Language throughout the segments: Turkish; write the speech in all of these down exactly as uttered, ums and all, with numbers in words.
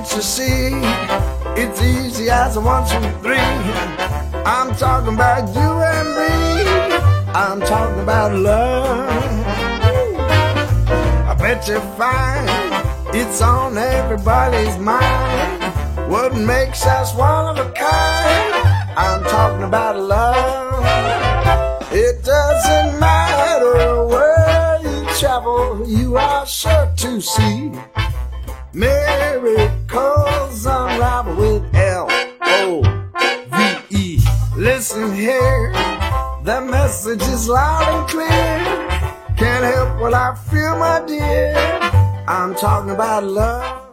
Can't you see? It's easy as a one, two, three. I'm talking about you and me. I'm talking about love. I bet you find it's on everybody's mind. What makes us one of a kind? I'm talking about love. It doesn't matter where you travel, you are sure to see miracles unravel with L O V E. Listen here, the message is loud and clear. Can't help what I feel, my dear. I'm talking about love.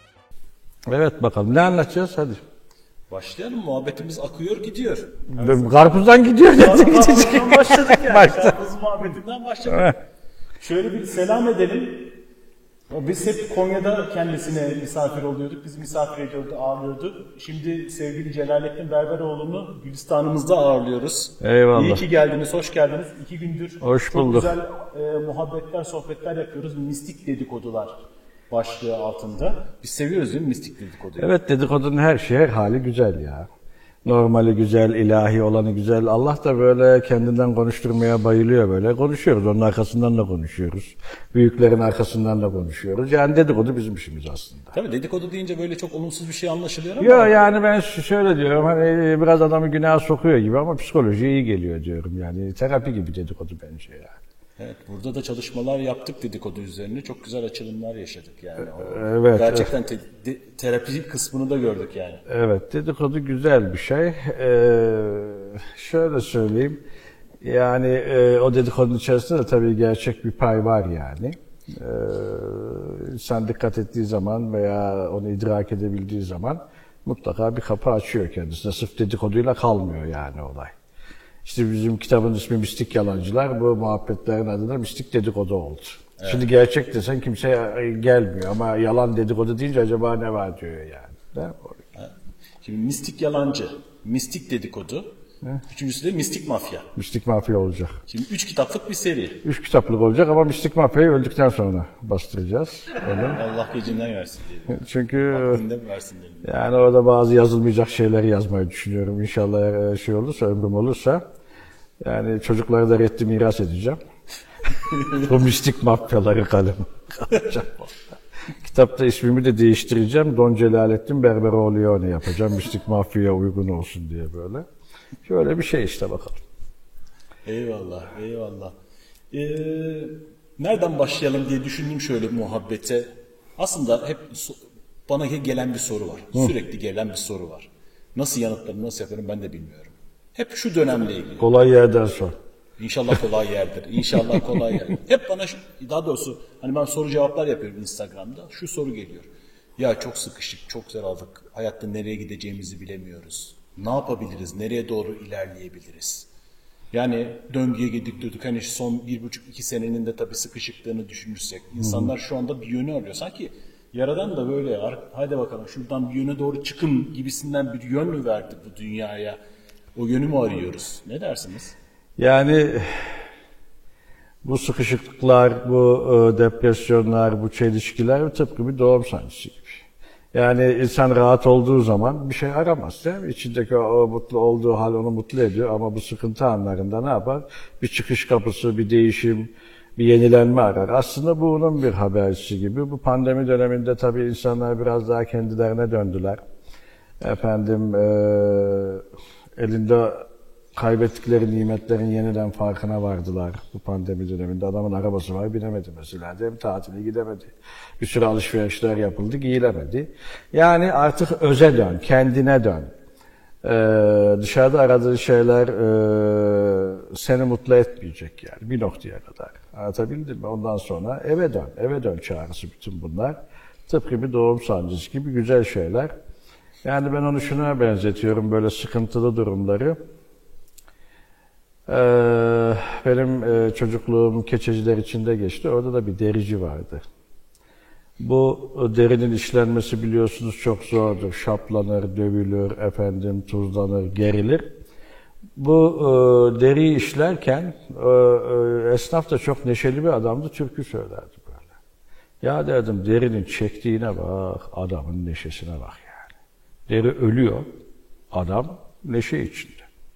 Evet, bakalım ne anlatacağız, hadi. Başlayalım, muhabbetimiz akıyor gidiyor. Karpuzdan gidiyor. Karpuzdan başladık yani. Başladık. Karpuz muhabbetinden başladık. Evet. Şöyle bir selam edelim. Biz hep Konya'da kendisine misafir oluyorduk. Biz misafir ediyordu, ağırlıyordu. Şimdi sevgili Celalettin Berberoğlu'nu Gülistan'ımızda ağırlıyoruz. Eyvallah. İyi ki geldiniz, hoş geldiniz. İki gündür hoş çok bulduk. güzel e, muhabbetler, sohbetler yapıyoruz. Mistik dedikodular başlığı altında. Biz seviyoruz değil mi mistik dedikoduyu? Evet, dedikodunun her şeyi, her hali güzel ya. Normali güzel, ilahi olanı güzel. Allah da böyle kendinden konuşturmaya bayılıyor böyle. Konuşuyoruz, onun arkasından da konuşuyoruz. Büyüklerin arkasından da konuşuyoruz. Yani dedikodu bizim işimiz aslında. Tabii dedikodu deyince böyle çok olumsuz bir şey anlaşılıyor ama... Yok yani ben şöyle diyorum, hani biraz adamı günaha sokuyor gibi ama psikolojiye iyi geliyor diyorum yani. Terapi gibi dedikodu bence yani. Evet, burada da çalışmalar yaptık dedikodu üzerine. Çok güzel açılımlar yaşadık yani. O evet. Gerçekten te, de, terapi kısmını da gördük yani. Evet, dedikodu güzel bir şey. Ee, şöyle söyleyeyim. Yani e, o dedikodunun içerisinde de tabii gerçek bir pay var yani. Ee, insan dikkat ettiği zaman veya onu idrak edebildiği zaman mutlaka bir kapı açıyor kendisine. Sırf dedikoduyla kalmıyor yani olay. İşte bizim kitabın ismi Mistik Yalancılar, bu muhabbetlerin adına mistik dedikodu oldu. Evet. Şimdi gerçek desen kimse gelmiyor ama yalan dedikodu deyince acaba ne var diyor yani. Değil mi? Evet. Şimdi mistik yalancı, mistik dedikodu, evet. Üçüncüsü de mistik mafya. Mistik mafya olacak. Şimdi üç kitaplık bir seri. Üç kitaplık olacak ama mistik mafyayı öldükten sonra bastıracağız. Onu. Allah gecinden versin diyelim. Çünkü versin diyelim. Yani orada bazı yazılmayacak şeyleri yazmayı düşünüyorum. İnşallah şey olursa, ömrüm olursa. Yani çocuklara da reddi miras edeceğim. Bu mistik mafyaları kalem kalacak. Kitapta ismimi de değiştireceğim. Don Celalettin Berberoğlu ne yapacağım. Mistik mafyaya uygun olsun diye böyle. Şöyle bir şey işte bakalım. Eyvallah, eyvallah. Ee, nereden başlayalım diye düşündüm şöyle muhabbete. Aslında hep bana gelen bir soru var. Hı. Sürekli gelen bir soru var. Nasıl yanıtlarım, nasıl yaparım ben de bilmiyorum. Hep şu dönemle ilgili. Kolay yerden sor. İnşallah kolay yerdir. İnşallah kolay yerdir. Hep bana, şu, daha doğrusu hani ben soru cevaplar yapıyorum Instagram'da. Şu soru geliyor. Ya çok sıkışık, çok zaraldık. Hayatta nereye gideceğimizi bilemiyoruz. Ne yapabiliriz? Nereye doğru ilerleyebiliriz? Yani döngüye gittik durduk. Hani son bir buçuk iki senenin de tabii sıkışıklığını düşünürsek. İnsanlar şu anda bir yönü arıyor. Sanki Yaradan da böyle hadi bakalım şuradan bir yöne doğru çıkın gibisinden bir yön mü verdi bu dünyaya? O yönü mü arıyoruz? Ne dersiniz? Yani bu sıkışıklıklar, bu depresyonlar, bu çelişkiler tıpkı bir doğum sancısı gibi. Yani insan rahat olduğu zaman bir şey aramaz değil mi? İçindeki o mutlu olduğu hal onu mutlu ediyor ama bu sıkıntı anlarında ne yapar? Bir çıkış kapısı, bir değişim, bir yenilenme arar. Aslında bu onun bir habercisi gibi. Bu pandemi döneminde tabii insanlar biraz daha kendilerine döndüler. Efendim e, elinde kaybettikleri nimetlerin yeniden farkına vardılar bu pandemi döneminde. Adamın arabası var, binemedi mesela. Hem tatile gidemedi. Bir sürü alışverişler yapıldı, giyilemedi. Yani artık öze dön, kendine dön. Ee, dışarıda aradığın şeyler e, seni mutlu etmeyecek yani bir noktaya kadar. Anlatabildim mi? Ondan sonra eve dön, eve dön çağrısı bütün bunlar. Tıpkı bir doğum sancısı gibi güzel şeyler. Yani ben onu şuna benzetiyorum, böyle sıkıntılı durumları. Ee, benim e, çocukluğum Keçeciler içinde geçti. Orada da bir derici vardı. Bu derinin işlenmesi biliyorsunuz çok zordur. Şaplanır, dövülür, efendim tuzlanır, gerilir. Bu e, deriyi işlerken e, e, esnaf da çok neşeli bir adamdı, türkü söylerdi böyle. Ya derdim derinin çektiğine bak, adamın neşesine bak yani. Deri ölüyor, adam neşe içinde.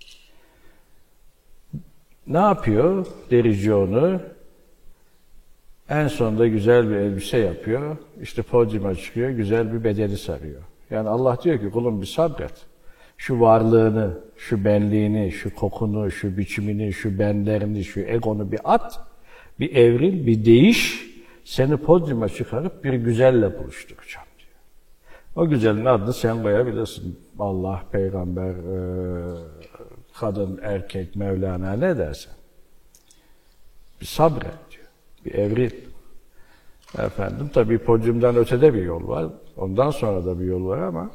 Ne yapıyor derici onu? En sonunda güzel bir elbise yapıyor. İşte podyuma çıkıyor, güzel bir bedeni sarıyor. Yani Allah diyor ki kulum bir sabret. Şu varlığını, şu benliğini, şu kokunu, şu biçimini, şu benlerini, şu egonu bir at, bir evril, bir değiş, seni podyuma çıkarıp bir güzelle buluşturacağım diyor. O güzelin adını sen koyabilirsin. Allah, peygamber, kadın, erkek, Mevlana ne dersen. Bir sabret diyor, bir evril. Efendim tabii podyumdan ötede bir yol var, ondan sonra da bir yol var ama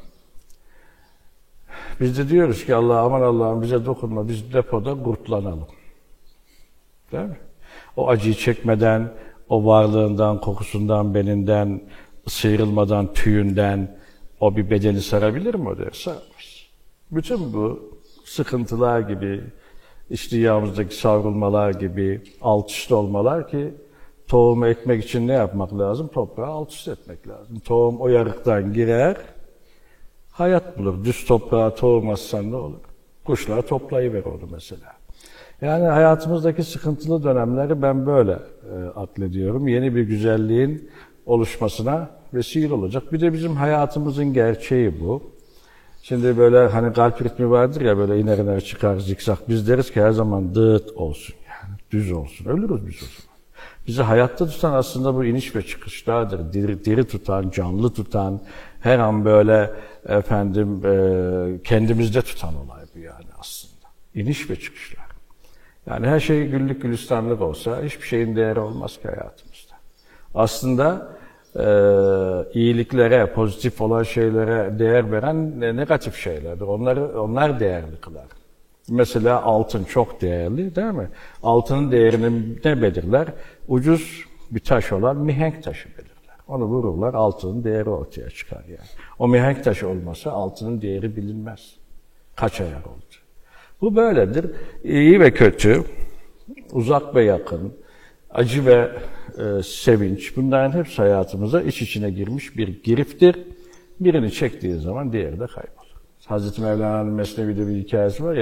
biz de diyoruz ki Allah aman Allah'ım bize dokunma, biz depoda kurtlanalım. Değil mi? O acıyı çekmeden, o varlığından, kokusundan, beninden, sıyrılmadan, tüyünden o bir bedeni sarabilir mi o diye? Sarmaz. Bütün bu sıkıntılar gibi, iştiyamızdaki savrulmalar gibi, alt üst olmalar ki tohumu ekmek için ne yapmak lazım? Toprağı alt üst etmek lazım. Tohum o yarıktan girer, hayat bulur. Düz toprağa tohum atsan ne olur? Kuşlar toplayıverir onu mesela. Yani hayatımızdaki sıkıntılı dönemleri ben böyle e, addediyorum. Yeni bir güzelliğin oluşmasına vesile olacak. Bir de bizim hayatımızın gerçeği bu. Şimdi böyle hani kalp ritmi vardır ya böyle iner iner çıkar zikzak. Biz deriz ki her zaman dıt olsun yani düz olsun. Ölürüz biz o zaman. Bizi hayatta tutan aslında bu iniş ve çıkışlardır. Diri, diri tutan, canlı tutan, her an böyle efendim e, kendimizde tutan olay bu yani aslında. İniş ve çıkışlar. Yani her şey güllük gülistanlık olsa hiçbir şeyin değeri olmaz ki hayatımızda. Aslında e, iyiliklere, pozitif olan şeylere değer veren e, negatif şeylerdir. Onları onlar değerli kılar. Mesela altın çok değerli değil mi? Altının değerini ne belirler? Ucuz bir taş olan mihenk taşı belirler. Onu vururlar, altının değeri ortaya çıkar yani. O mihenk taşı olmasa altının değeri bilinmez. Kaç ayar oldu? Bu böyledir. İyi ve kötü, uzak ve yakın, acı ve e, sevinç, bunların hepsi hayatımıza iç içine girmiş bir giriftir. Birini çektiği zaman diğeri de kaybolur. Hazreti Mevlana'nın Mesnevi'de bir hikayesi var ya,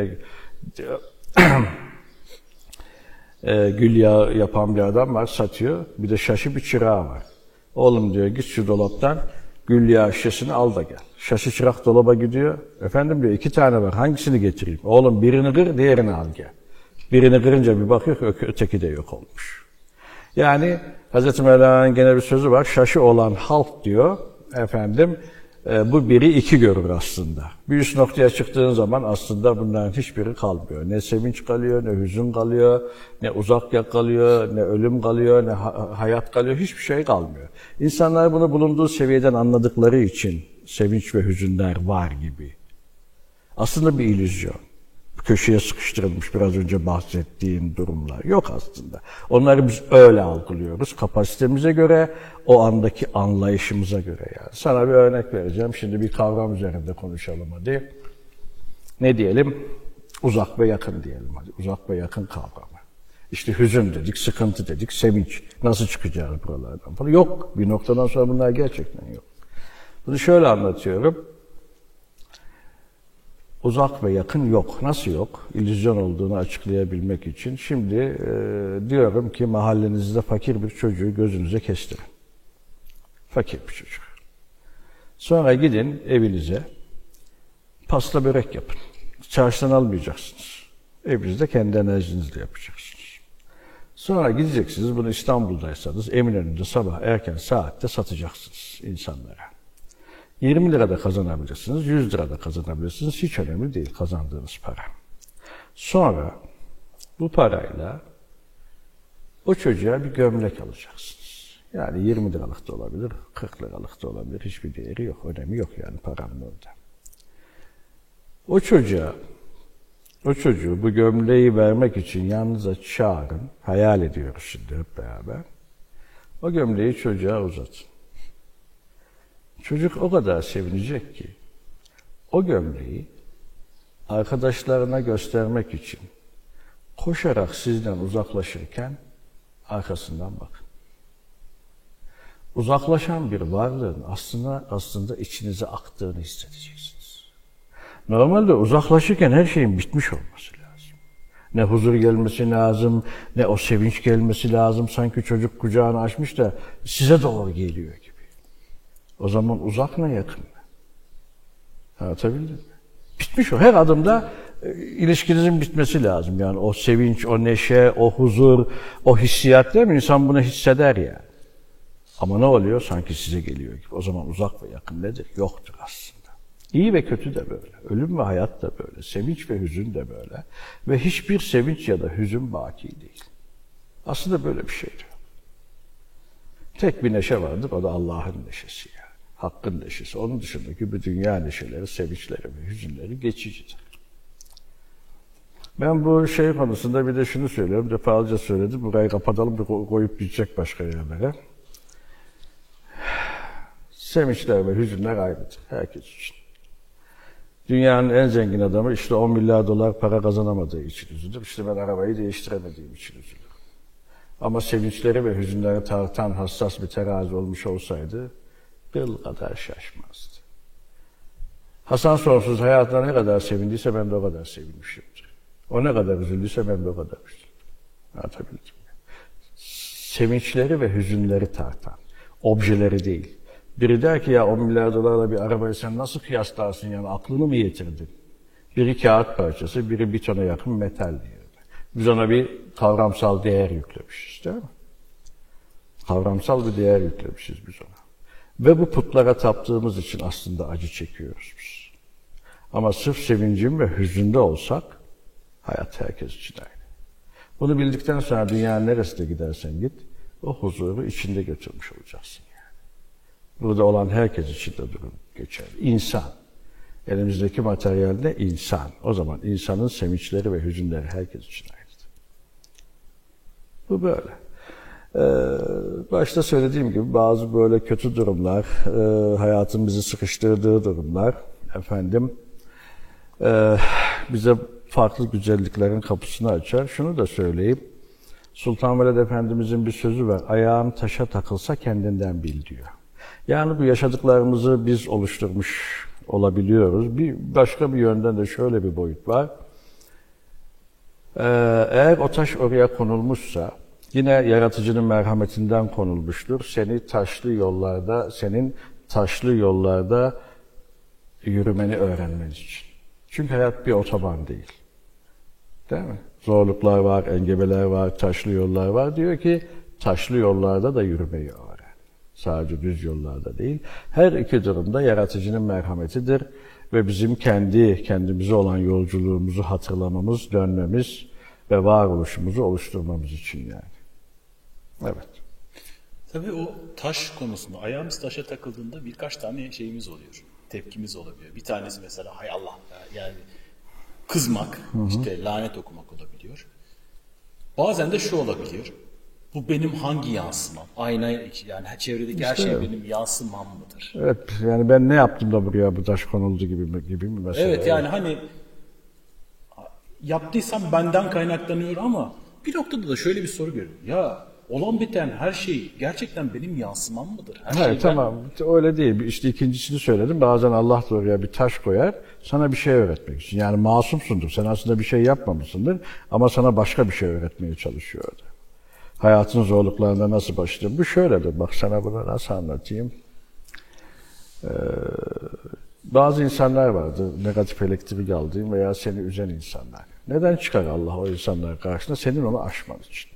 e, gül yağı yapan bir adam var, satıyor. Bir de şaşı bir çırağı var. Oğlum diyor, git şu dolaptan gül yağı şişesini al da gel. Şaşı çırak dolaba gidiyor. Efendim diyor, iki tane var, hangisini getireyim? Oğlum birini kır, diğerini al gel. Birini kırınca bir bakıyor ki öteki de yok olmuş. Yani Hazreti Mevlana'nın gene bir sözü var, şaşı olan halk diyor, efendim, e, bu biri iki görür aslında. Bir üst noktaya çıktığın zaman aslında bunların hiçbiri kalmıyor. Ne sevinç kalıyor, ne hüzün kalıyor, ne uzak kalıyor, ne ölüm kalıyor, ne ha- hayat kalıyor, hiçbir şey kalmıyor. İnsanlar bunu bulunduğu seviyeden anladıkları için sevinç ve hüzünler var gibi. Aslında bir illüzyon. Köşeye sıkıştırılmış biraz önce bahsettiğim durumlar yok aslında. Onları biz öyle algılıyoruz kapasitemize göre, o andaki anlayışımıza göre yani. Sana bir örnek vereceğim. Şimdi bir kavram üzerinde konuşalım hadi. Ne diyelim? Uzak ve yakın diyelim hadi. Uzak ve yakın kavramı. İşte hüzün dedik, sıkıntı dedik, sevinç. Nasıl çıkacağız buralardan falan? Yok. Bir noktadan sonra bunlar gerçekten yok. Bunu şöyle anlatıyorum. Uzak ve yakın yok. Nasıl yok? İllüzyon olduğunu açıklayabilmek için. Şimdi e, diyorum ki mahallenizde fakir bir çocuğu gözünüze kestirin. Fakir bir çocuk. Sonra gidin evinize pasta börek yapın. Çarşıdan almayacaksınız. Evinizde kendi enerjinizle yapacaksınız. Sonra gideceksiniz, bunu İstanbul'daysanız Eminönü'nde sabah erken saatte satacaksınız insanlara. yirmi lirada kazanabilirsiniz, yüz lirada kazanabilirsiniz. Hiç önemli değil kazandığınız para. Sonra bu parayla o çocuğa bir gömlek alacaksınız. Yani yirmi liralık da olabilir, kırk liralık da olabilir. Hiçbir değeri yok, önemi yok yani paranın orada. O çocuğa, o çocuğu bu gömleği vermek için yanınıza çağırın. Hayal ediyoruz şimdi hep beraber. O gömleği çocuğa uzatın. Çocuk o kadar sevinecek ki o gömleği arkadaşlarına göstermek için koşarak sizden uzaklaşırken arkasından bakın. uzaklaşan bir varlığın aslında aslında içinize aktığını hissedeceksiniz. Normalde uzaklaşırken her şeyin bitmiş olması lazım. Ne huzur gelmesi lazım, ne o sevinç gelmesi lazım. Sanki çocuk kucağını açmış da size doğru geliyor gibi. O zaman uzak mı yakın mı? Anlatabildim mi? Bitmiş o. Her adımda e, ilişkinizin bitmesi lazım. Yani o sevinç, o neşe, o huzur, o hissiyat değil mi? İnsan bunu hisseder yani. Ama ne oluyor? Sanki size geliyor gibi. O zaman uzak ve yakın nedir? Yoktur aslında. İyi ve kötü de böyle. Ölüm ve hayat da böyle. Sevinç ve hüzün de böyle. Ve hiçbir sevinç ya da hüzün baki değil. Aslında böyle bir şeydir. Tek bir neşe vardır. O da Allah'ın neşesi yani. Hakkın neşesi. Onun dışındaki bir dünya neşeleri, sevinçleri ve hüzünleri geçicidir. Ben bu şey konusunda bir de şunu söylüyorum. Defalarca söyledim. Burayı kapatalım, bir koyup gidecek başka yerlere. Sevinçler ve hüzünler aynıdır herkes için. Dünyanın en zengin adamı işte on milyar dolar para kazanamadığı için üzülür. İşte ben arabayı değiştiremediğim için üzülür. Ama sevinçleri ve hüzünleri tartan hassas bir terazi olmuş olsaydı kıl kadar şaşmazdı. Hasan sonsuz hayatına ne kadar sevindiyse ben de o kadar sevinmişimdir. O ne kadar üzüldüyse ben de o kadar üzüldüm. Anlatabildim mi? Sevinçleri ve hüzünleri tartan, objeleri değil. Biri der ki ya on milyar dolarla bir arabayı sen nasıl kıyaslarsın yani aklını mı yitirdin? Biri kağıt parçası, biri bir tona yakın metal diyor. Biz ona bir kavramsal değer yüklemişiz değil mi? Kavramsal bir değer yüklemişiz biz ona. Ve bu putlara taptığımız için aslında acı çekiyoruz biz. Ama sırf sevincin ve hüzünde olsak hayat herkes için aynı. Bunu bildikten sonra dünyanın neresine gidersen git o huzuru içinde götürmüş olacaksın yani. Burada olan herkes için de durum geçer. İnsan. Elimizdeki materyal ne? İnsan. O zaman insanın sevinçleri ve hüzünleri herkes için aynıdır. Bu böyle. Ee, başta söylediğim gibi bazı böyle kötü durumlar, e, hayatın bizi sıkıştırdığı durumlar, efendim, e, bize farklı güzelliklerin kapısını açar. Şunu da söyleyeyim, Sultan Veled Efendimizin bir sözü var, ayağın taşa takılsa kendinden bil diyor. Yani bu yaşadıklarımızı biz oluşturmuş olabiliyoruz. Bir başka bir yönden de şöyle bir boyut var. Ee, eğer o taş oraya konulmuşsa, yine yaratıcının merhametinden konulmuştur. Seni taşlı yollarda, senin taşlı yollarda yürümeni öğrenmen için. Çünkü hayat bir otoban değil. Değil mi? Zorluklar var, engebeler var, taşlı yollar var. Diyor ki taşlı yollarda da yürümeyi öğren. Sadece düz yollarda değil. Her iki durumda yaratıcının merhametidir ve bizim kendi kendimize olan yolculuğumuzu hatırlamamız, dönmemiz ve varoluşumuzu oluşturmamız için yani. Evet. Tabii o taş konusunda ayağımız taşa takıldığında birkaç tane şeyimiz oluyor. Tepkimiz olabiliyor. Bir tanesi mesela hay Allah yani kızmak, hı hı. işte lanet okumak olabiliyor. Bazen de şu olabiliyor. Bu benim hangi yansımam? Ayna yani çevredeki işte her şey evet. Benim yansımam mıdır? Evet yani ben ne yaptım da buraya bu taş konuldu gibi gibi mi mesela? Evet yani hani yaptıysam benden kaynaklanıyor ama bir noktada da şöyle bir soru görüyorum. Ya olan biten her şey gerçekten benim yansımam mıdır? Her Hayır şey tamam ben... öyle değil. İşte ikincisini söyledim. Bazen Allah da oraya bir taş koyar sana bir şey öğretmek için. Yani masumsundur. Sen aslında bir şey yapmamışsındır ama sana başka bir şey öğretmeye çalışıyordu. Hayatın zorluklarında nasıl başladın? Bu şöyledir. Bak sana bunu nasıl anlatayım? Ee, bazı insanlar vardı. Negatif elektrik aldığın veya seni üzen insanlar. Neden çıkar Allah o insanlar karşısında? Senin onu aşman için.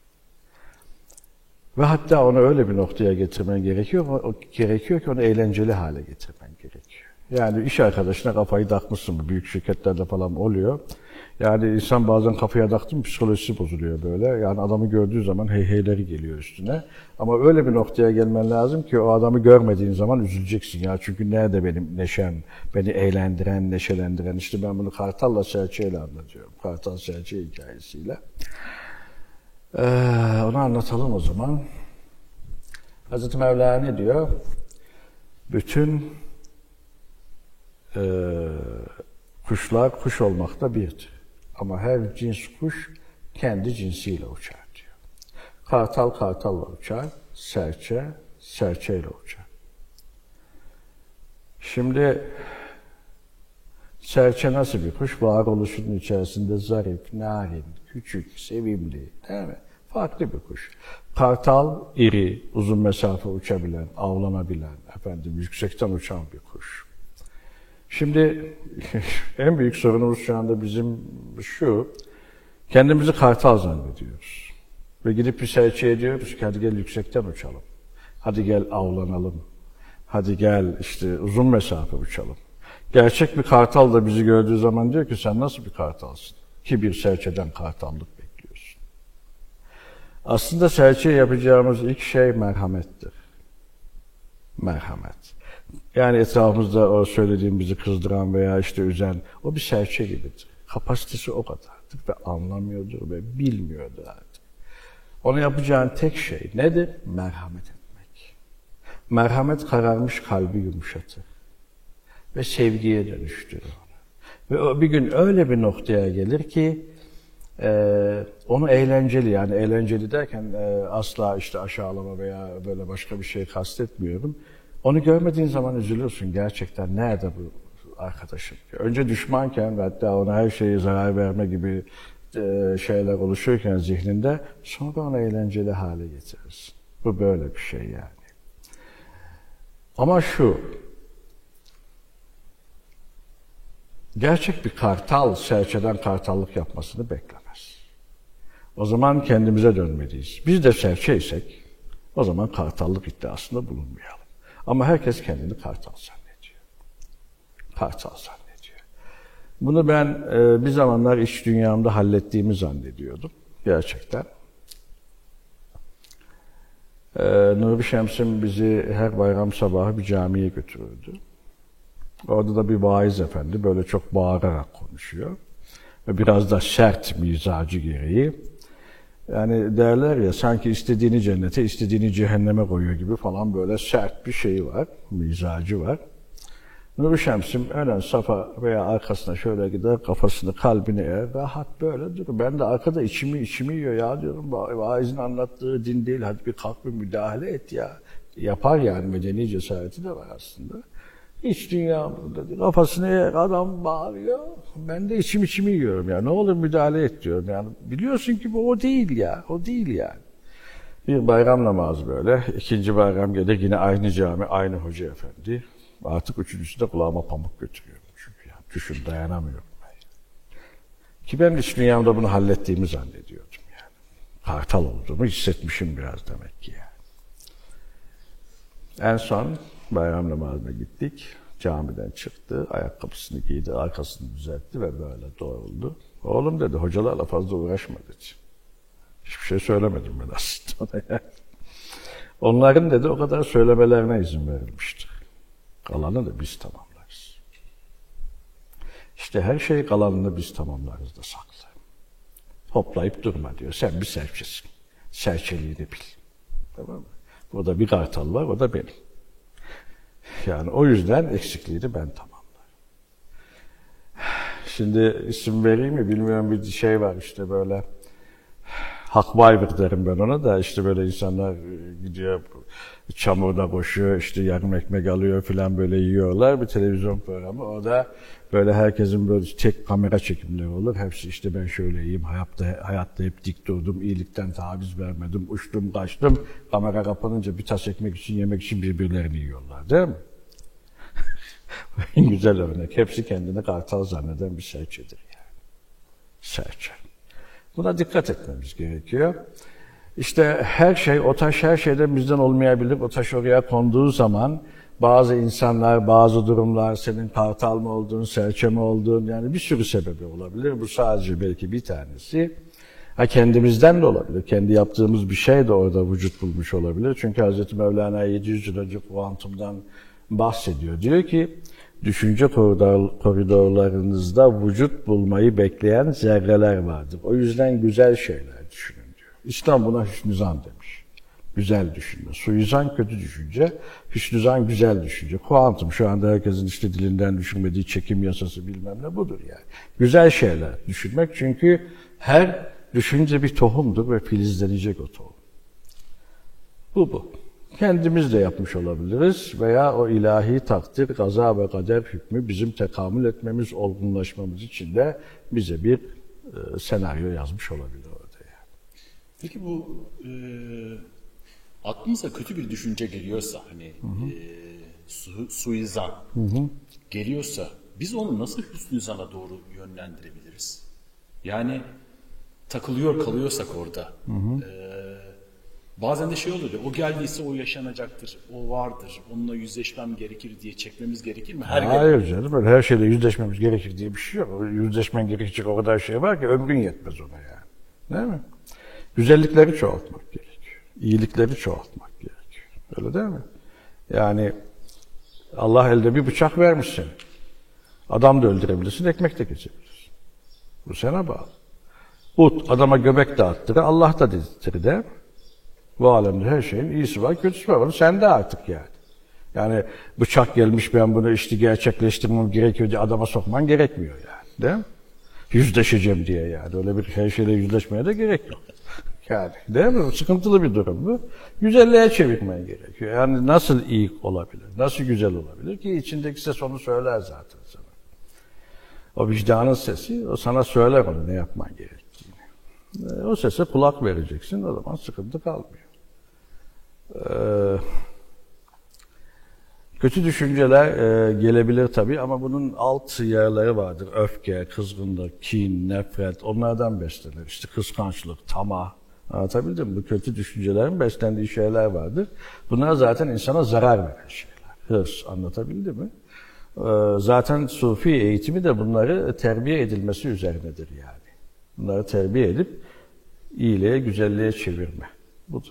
Ve hatta onu öyle bir noktaya getirmen gerekiyor, o, gerekiyor ki onu eğlenceli hale getirmen gerekiyor. Yani iş arkadaşına kafayı takmışsın mı? Büyük şirketlerde falan oluyor. Yani insan bazen kafaya taktı mı psikolojisi bozuluyor böyle. Yani adamı gördüğü zaman hey heyleri geliyor üstüne. Ama öyle bir noktaya gelmen lazım ki o adamı görmediğin zaman üzüleceksin ya. Çünkü nerede benim neşem, beni eğlendiren, neşelendiren. İşte ben bunu Kartal'la Serçe'yle anlatıyorum. Kartal Serçe hikayesiyle. Ee, onu anlatalım o zaman. Hazreti Mevla ne diyor? Bütün e, kuşlar kuş olmakta birdir. Ama her cins kuş kendi cinsiyle uçar diyor. Kartal kartalla uçar, serçe serçeyle uçar. Şimdi serçe nasıl bir kuş? Varoluşunun içerisinde zarif, narin, küçük, sevimli, değil mi? Farklı bir kuş. Kartal, iri, uzun mesafe uçabilen, avlanabilen, efendim yüksekten uçan bir kuş. Şimdi en büyük sorunumuz şu anda bizim şu, kendimizi kartal zannediyoruz. Ve gidip bir serçeye diyoruz ki hadi gel yüksekten uçalım. Hadi gel avlanalım. Hadi gel işte uzun mesafe uçalım. Gerçek bir kartal da bizi gördüğü zaman diyor ki sen nasıl bir kartalsın? Ki bir serçeden kartallık bekliyorsun. Aslında serçeye yapacağımız ilk şey merhamettir. Merhamet. Yani etrafımızda o söylediğim bizi kızdıran veya işte üzen, o bir serçe gibidir. Kapasitesi o kadardır ve anlamıyordur ve bilmiyordur artık. Onu yapacağın tek şey nedir? Merhamet etmek. Merhamet kararmış kalbi yumuşatır. Ve sevgiye dönüştürür onu. Ve o bir gün öyle bir noktaya gelir ki e, onu eğlenceli, yani eğlenceli derken e, asla işte aşağılama veya böyle başka bir şey kastetmiyorum. Onu görmediğin zaman üzülürsün gerçekten. Nerede bu arkadaşım? Önce düşmanken ve hatta ona her şeye zarar verme gibi e, şeyler oluşurken zihninde, sonra onu eğlenceli hale getirirsin. Bu böyle bir şey yani. Ama şu, gerçek bir kartal serçeden kartallık yapmasını beklemez. O zaman kendimize dönmeliyiz. Biz de serçeysek o zaman kartallık iddiasında bulunmayalım. Ama herkes kendini kartal zannediyor. Kartal zannediyor. Bunu ben e, bir zamanlar iç dünyamda hallettiğimi zannediyordum. Gerçekten. E, Nuri Şems'im bizi her bayram sabahı bir camiye götürürdü. Orada da bir vaiz efendi böyle çok bağırarak konuşuyor. Ve biraz da sert mizacı gereği. Yani derler ya sanki istediğini cennete, istediğini cehenneme koyuyor gibi falan böyle sert bir şey var, mizacı var. Nuri Şems'im önen safa veya arkasına şöyle gider, kafasını kalbine eğer, rahat böyle durur. Ben de arkada içimi içimi yiyor ya diyorum. Vaizin anlattığı din değil, hadi bir kalk bir müdahale et ya. Yapar yani, medeni cesareti de var aslında. İç dünya burada. Kafasını eğer adam bağırıyor, ben de içim içimi yiyorum ya. Ne olur müdahale et diyorum yani. Biliyorsun ki bu o değil ya, o değil yani. Bir bayram namazı böyle, ikinci bayram gelir yine aynı cami, aynı hoca efendi. Artık üçüncüsü de kulağıma pamuk götürüyorum çünkü yani. Düşün, dayanamıyorum ben. Ki ben iç dünyamda bunu hallettiğimi zannediyordum yani. Kartal olduğumu hissetmişim biraz demek ki yani. En son bayram namazına gittik. Camiden çıktı, ayakkabısını giydi, arkasını düzeltti ve böyle doğruldu. Oğlum dedi, hocalarla fazla uğraşma dedi. Hiçbir şey söylemedim ben aslında ona yani. Onların dedi o kadar söylemelerine izin verilmiştir. Kalanı da biz tamamlarız. İşte her şey kalanını biz tamamlarız da saklı. Hoplayıp durma diyor. Sen bir serçesin. Serçeliğini bil. Tamam mı? Burada bir kartal var, o da benim. Yani o yüzden eksikliğini ben tamamlarım. Şimdi isim vereyim mi bilmiyorum, bir şey var işte böyle Hakbayvır derim ben ona da, işte böyle insanlar gidiyor çamurda koşuyor, işte yarım ekmek alıyor filan böyle yiyorlar, bir televizyon programı. O da böyle herkesin böyle tek kamera çekimleri olur. Hepsi işte ben şöyle iyiyim, hayatta, hayatta hep dik durdum, iyilikten taviz vermedim, uçtum kaçtım. Kamera kapanınca bir tas ekmek için yemek için birbirlerini yiyorlar değil mi? En güzel örnek. Hepsi kendini kartal zanneden bir serçedir yani. Serçe. Buna dikkat etmemiz gerekiyor. İşte her şey, o taş her şeyden bizden olmayabilir. O taş oraya konduğu zaman bazı insanlar, bazı durumlar senin kartal mı olduğun, serçe mi olduğun, yani bir sürü sebebi olabilir. Bu sadece belki bir tanesi. Ha, kendimizden de olabilir. Kendi yaptığımız bir şey de orada vücut bulmuş olabilir. Çünkü Hazreti Mevlana yedi yüz yıl önce kuantumdan bahsediyor. Diyor ki, düşünce koridor, koridorlarınızda vücut bulmayı bekleyen zerreler vardır. O yüzden güzel şeyler düşünün diyor. İslam buna hüsnüzan demiş. Güzel düşünme. Suizan kötü düşünce, hüsnüzan güzel düşünce. Kuantum şu anda herkesin işte dilinden düşünmediği çekim yasası bilmem ne budur yani. Güzel şeyler düşünmek, çünkü her düşünce bir tohumdur ve filizlenecek o tohum. Bu bu. kendimiz de yapmış olabiliriz veya o ilahi takdir, gaza ve kader hükmü bizim tekamül etmemiz, olgunlaşmamız için de bize bir e, senaryo yazmış olabilir orada yani. Peki bu e, aklımıza kötü bir düşünce geliyorsa, hani hı hı. E, su, suizan hı hı. geliyorsa biz onu nasıl hüsnü zana doğru yönlendirebiliriz? Yani takılıyor kalıyorsak orada. Hı hı. E, bazen de şey oluyor, o geldiyse o yaşanacaktır, o vardır, onunla yüzleşmem gerekir diye çekmemiz gerekir mi? Her Hayır gel- canım, böyle her şeyle yüzleşmemiz gerekir diye bir şey yok. Yüzleşmen gerekecek o kadar şey var ki ömrün yetmez ona yani. Değil mi? Güzellikleri çoğaltmak gerekiyor. İyilikleri çoğaltmak gerekiyor. Öyle değil mi? Yani Allah elde bir bıçak vermiş seni. Adam da öldürebilirsin, ekmek de kesebilirsin. Bu sana bağlı. Ut adama göbek dağıttırır, Allah da dedirtir de. Bu alemde her şeyin iyisi var, kötüsü var. Sen de artık yani. Yani bıçak gelmiş, ben bunu işte gerçekleştirmem gerekiyor diye adama sokman gerekmiyor yani. Değil mi? Yüzleşeceğim diye yani. Öyle bir her şeyle yüzleşmeye de gerek yok. Yani değil mi? Sıkıntılı bir durum bu. Güzelliğe çevirmen gerekiyor. Yani nasıl iyi olabilir? Nasıl güzel olabilir ki içindeki ses onu söyler zaten sana. O vicdanın sesi, o sana söyler onu ne yapman gerektiğini. O sese kulak vereceksin, o zaman sıkıntı kalmıyor. Ee, kötü düşünceler e, gelebilir tabii ama bunun alt yerleri vardır. Öfke, kızgınlık, kin, nefret, onlardan beslenir. İşte kıskançlık, tamah. Anlatabildim mi? Bu kötü düşüncelerin beslendiği şeyler vardır. Bunlar zaten insana zarar veren şeyler. Hırs, anlatabildim mi? Ee, zaten Sufi eğitimi de bunları terbiye edilmesi üzerinedir yani. Bunları terbiye edip iyiliğe, güzelliğe çevirme. Budur.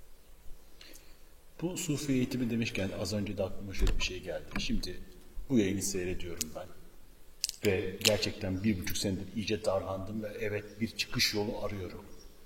Bu Sufi eğitimi demişken az önce de aklıma şöyle bir şey geldi. Şimdi bu yayını seyrediyorum ben. Ve gerçekten bir buçuk senedir iyice darlandım ve evet bir çıkış yolu arıyorum.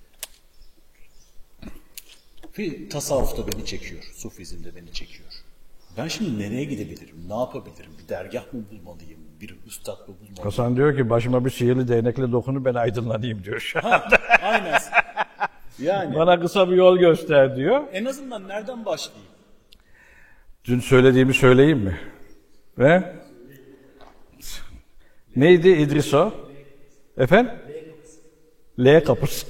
Ve tasavvuf da beni çekiyor. Sufizm de beni çekiyor. Ben şimdi nereye gidebilirim? Ne yapabilirim? Bir dergah mı bulmalıyım? Bir üstad mı bulmalıyım? Hasan diyor ki başıma bir sihirli değnekle dokunu ben aydınlanayım diyor şu anda. Ha, aynen. Yani. Bana kısa bir yol göster diyor. En azından nereden başlayayım? Dün söylediğimi söyleyeyim mi? Ve? Neydi İdris o? Efendim? L kapısı.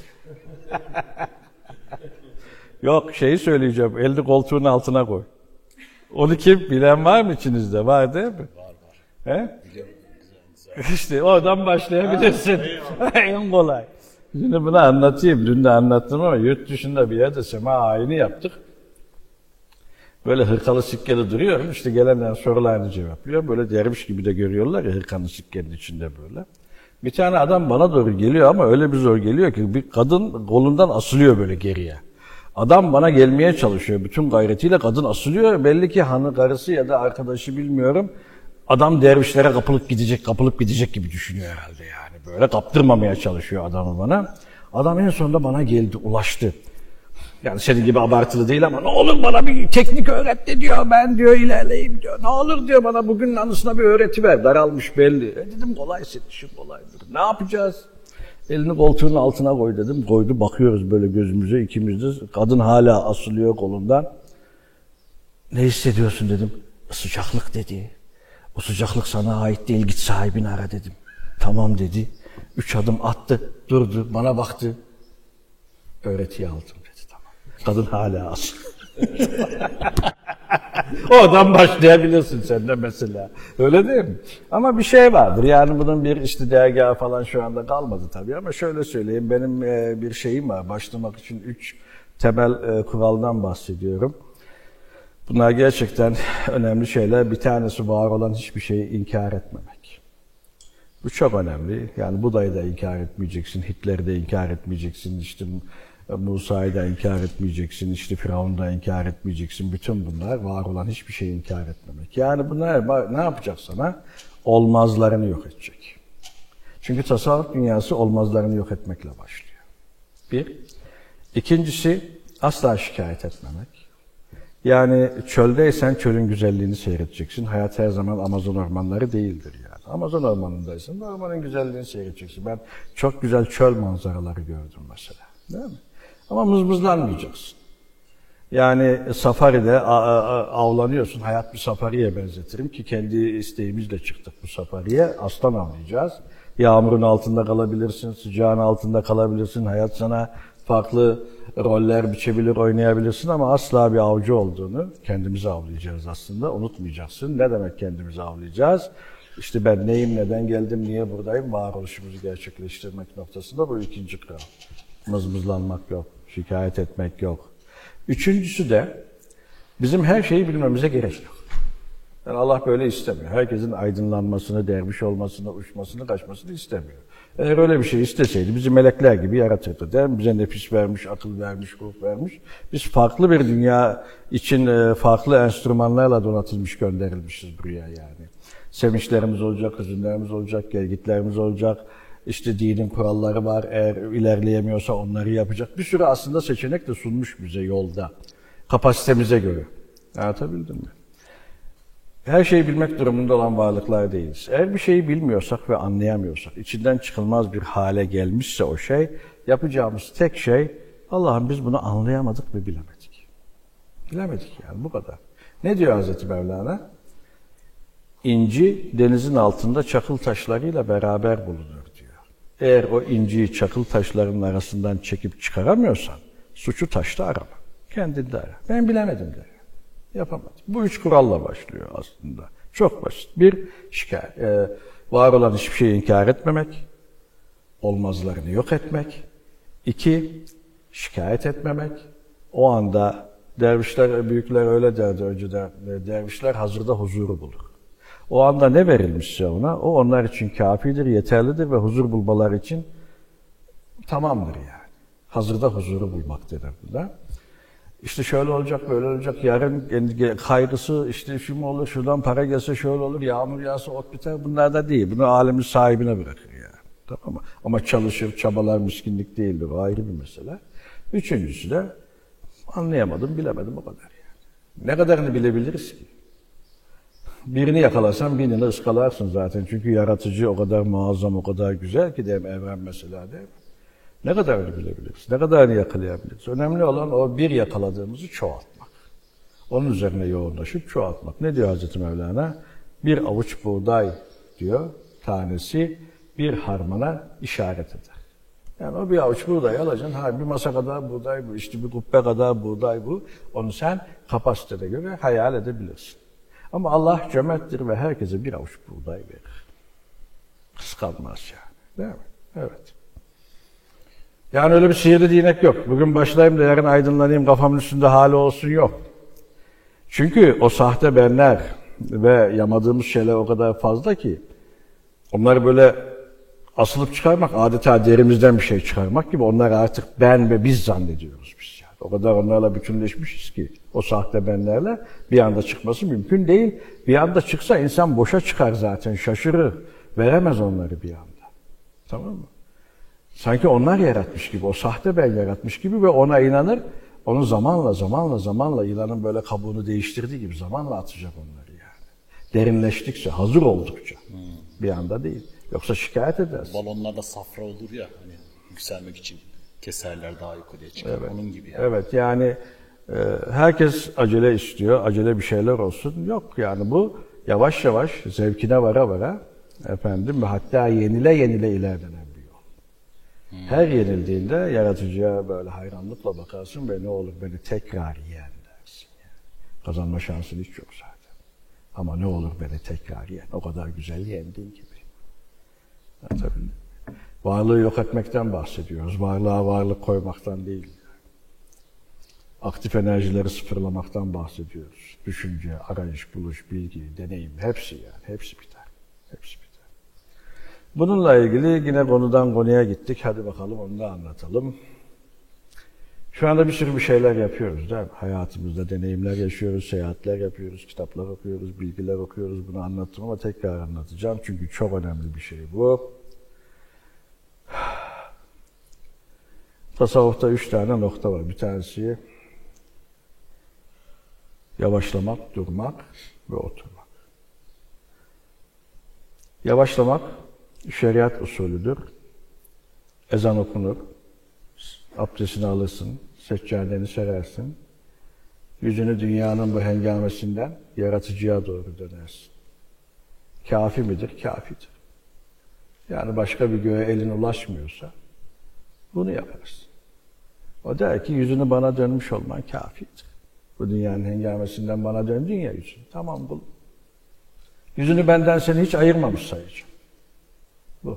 Yok şeyi söyleyeceğim. Elini koltuğun altına koy. Onu kim? Bilen var mı içinizde? Var değil mi? Var var. He? Biliyorum. Güzel, güzel. İşte oradan başlayabilirsin. En kolay. Şimdi bunu anlatayım. Dün de anlattım ama yurt dışında bir yerde sema ayini yaptık. Böyle hırkalı sikkeli duruyor. İşte gelenlerin sorularını cevaplıyor. Böyle derviş gibi de görüyorlar ya hırkanın sikkenin içinde böyle. Bir tane adam bana doğru geliyor ama öyle bir zor geliyor ki bir kadın kolundan asılıyor böyle geriye. Adam bana gelmeye çalışıyor. Bütün gayretiyle kadın asılıyor. Belli ki hanı, karısı ya da arkadaşı bilmiyorum. Adam dervişlere kapılıp gidecek, kapılıp gidecek gibi düşünüyor herhalde yani. Böyle kaptırmamaya çalışıyor adamı bana. Adam en sonunda bana geldi, ulaştı. Yani senin gibi abartılı değil ama ne olur bana bir teknik öğret de diyor. Ben diyor ilerleyeyim diyor. Ne olur diyor bana bugünün anısına bir öğreti ver. Daralmış belli. E dedim kolay senin işin kolaydır. Ne yapacağız? Elini koltuğun altına koy dedim. Koydu bakıyoruz böyle gözümüze ikimiz de. Kadın hala asılıyor kolundan. Ne hissediyorsun dedim. Sıcaklık dedi. O sıcaklık sana ait değil git sahibini ara dedim. Tamam dedi. Üç adım attı. Durdu bana baktı. Öğretiyi aldım dedi tamam. Kadın hala asıl. Oradan başlayabilirsin sen de mesela. Öyle değil mi? Ama bir şey vardır. Yani bunun bir işte dergahı falan şu anda kalmadı tabii ama şöyle söyleyeyim. Benim bir şeyim var. Başlamak için üç temel kuraldan bahsediyorum. Bunlar gerçekten önemli şeyler. Bir tanesi var olan hiçbir şeyi inkar etmemek. Bu çok önemli. Yani Buda'yı da inkar etmeyeceksin, Hitler'i de inkar etmeyeceksin, işte Musa'yı da inkar etmeyeceksin, işte Firavun'u da inkar etmeyeceksin. Bütün bunlar var olan hiçbir şeyi inkar etmemek. Yani bunlar ne yapacak sana? Olmazlarını yok edecek. Çünkü tasavvuf dünyası olmazlarını yok etmekle başlıyor. Bir. İkincisi asla şikayet etmemek. Yani çöldeysen çölün güzelliğini seyredeceksin. Hayat her zaman Amazon ormanları değildir yani. Amazon ormanındaysan ormanın güzelliğini seyredeceksin. Ben çok güzel çöl manzaraları gördüm mesela. Değil mi? Ama mızmızlanmayacaksın. Yani safaride avlanıyorsun. Hayat bir safariye benzetirim ki kendi isteğimizle çıktık bu safariye. Aslan avlayacağız. Yağmurun altında kalabilirsin, sıcağın altında kalabilirsin. Hayat sana farklı roller biçebilir, oynayabilirsin ama asla bir avcı olduğunu kendimizi avlayacağız aslında. Unutmayacaksın. Ne demek kendimizi avlayacağız? İşte ben neyim, neden geldim, niye buradayım? Varoluşumuzu gerçekleştirmek noktasında bu ikinci kural. Mızmızlanmak yok, şikayet etmek yok. Üçüncüsü de bizim her şeyi bilmemize gerek yok. Yani Allah böyle istemiyor. Herkesin aydınlanmasını, derviş olmasını, uçmasını, kaçmasını istemiyor. Eğer öyle bir şey isteseydi bizi melekler gibi yaratırdı. Değil mi? Bize nefis vermiş, akıl vermiş, ruh vermiş. Biz farklı bir dünya için farklı enstrümanlarla donatılmış, gönderilmişiz buraya yani. Sevinçlerimiz olacak, hüzünlerimiz olacak, gelgitlerimiz olacak. İşte dinin kuralları var. Eğer ilerleyemiyorsa onları yapacak. Bir sürü aslında seçenek de sunmuş bize yolda. Kapasitemize göre. Anlatabildim mi? Her şeyi bilmek durumunda olan varlıklar değiliz. Eğer bir şeyi bilmiyorsak ve anlayamıyorsak, içinden çıkılmaz bir hale gelmişse o şey, yapacağımız tek şey, Allah'ım biz bunu anlayamadık ve bilemedik. Bilemedik yani bu kadar. Ne diyor Hazreti Mevlana? İnci denizin altında çakıl taşlarıyla beraber bulunur diyor. Eğer o inciyi çakıl taşlarının arasından çekip çıkaramıyorsan, suçu taşta arama. Kendinde ara. Ben bilemedim der. Yapamadım. Bu üç kuralla başlıyor aslında. Çok basit. Bir, şikayet. Ee, var olan hiçbir şeyi inkar etmemek. Olmazlarını yok etmek. İki, şikayet etmemek. O anda dervişler, büyükler öyle derdi önceden. Dervişler hazırda huzuru bulur. O anda ne verilmişse ona, o onlar için kafidir, yeterlidir ve huzur bulmalar için tamamdır yani. Hazırda huzuru bulmak denir buna. İşte şöyle olacak, böyle olacak, yarın kaygısı, işte şu mu olur, şuradan para gelse şöyle olur, yağmur yağsa ot biter, bunlar da değil. Bunu alemin sahibine bırakır yani. Tamam mı? Ama çalışır, çabalar, miskinlik değildir, o ayrı bir mesele. Üçüncüsü de anlayamadım, bilemedim, o kadar yani. Ne kadarını bilebiliriz ki? Birini yakalasan binini ıskalarsın zaten. Çünkü yaratıcı o kadar muazzam, o kadar güzel ki değil mi? Evren mesela değil mi? Ne kadarını bilebiliriz? Ne kadarını yakalayabiliriz? Önemli olan o bir yakaladığımızı çoğaltmak. Onun üzerine yoğunlaşıp çoğaltmak. Ne diyor Hazreti Mevlana? Bir avuç buğday diyor, tanesi bir harmana işaret eder. Yani o bir avuç buğday alacaksın, ha bir masa kadar buğday bu, işte bir kubbe kadar buğday bu. Onu sen kapasitene göre hayal edebilirsin. Ama Allah cömerttir ve herkese bir avuç buğday verir. Kıskanmaz yani. Değil mi? Evet. Yani öyle bir sihirli değnek yok. Bugün başlayayım da yarın aydınlanayım, kafamın üstünde hali olsun yok. Çünkü o sahte benler ve yamadığımız şeyler o kadar fazla ki onları böyle asılıp çıkarmak, adeta derimizden bir şey çıkarmak gibi onları artık ben ve biz zannediyoruz biz. Yani. O kadar onlarla bütünleşmişiz ki o sahte benlerle bir anda çıkması mümkün değil. Bir anda çıksa insan boşa çıkar zaten, şaşırır. Veremez onları bir anda. Tamam mı? Sanki onlar yaratmış gibi, o sahte ben yaratmış gibi ve ona inanır. Onu zamanla, zamanla, zamanla yılanın böyle kabuğunu değiştirdiği gibi zamanla atacak onları yani. Derinleştikçe, hazır oldukça. Hmm. Bir anda değil. Yoksa şikayet edersin. Balonlarda safra olur ya, hani yükselmek için keserler daha yukarıya çıkar. Evet. Onun gibi yani. Evet, yani e, herkes acele istiyor, acele bir şeyler olsun. Yok yani bu yavaş yavaş zevkine vara vara efendim ve hatta yenile yenile ilerlenen. Her yenildiğinde yaratıcıya böyle hayranlıkla bakarsın ve ne olur beni tekrar yen dersin. Yani. Kazanma şansın hiç yok zaten. Ama ne olur beni tekrar yen. O kadar güzel yendin gibi. Tabii. Varlığı yok etmekten bahsediyoruz. Varlığa varlık koymaktan değil. Aktif enerjileri sıfırlamaktan bahsediyoruz. Düşünce, arayış, buluş, bilgi, deneyim hepsi yani. Hepsi biter. Hepsi biter. Bununla ilgili yine konudan konuya gittik. Hadi bakalım onu da anlatalım. Şu anda bir sürü bir şeyler yapıyoruz değil mi? Hayatımızda deneyimler yaşıyoruz, seyahatler yapıyoruz, kitaplar okuyoruz, bilgiler okuyoruz. Bunu anlattım ama tekrar anlatacağım. Çünkü çok önemli bir şey bu. Tasavvufta üç tane nokta var. Bir tanesi yavaşlamak, durmak ve oturmak. Yavaşlamak şeriat usulüdür. Ezan okunur. Abdestini alırsın, seccadeni serersin. Yüzünü dünyanın bu hengamesinden yaratıcıya doğru dönersin. Kafi midir? Kafidir. Yani başka bir göğe elin ulaşmıyorsa bunu yaparsın. O der ki yüzünü bana dönmüş olman kafidir. Bu dünyanın hengamesinden bana döndün ya yüzünü. Tamam bul. Yüzünü benden seni hiç ayırmamış sayacağım. Bu.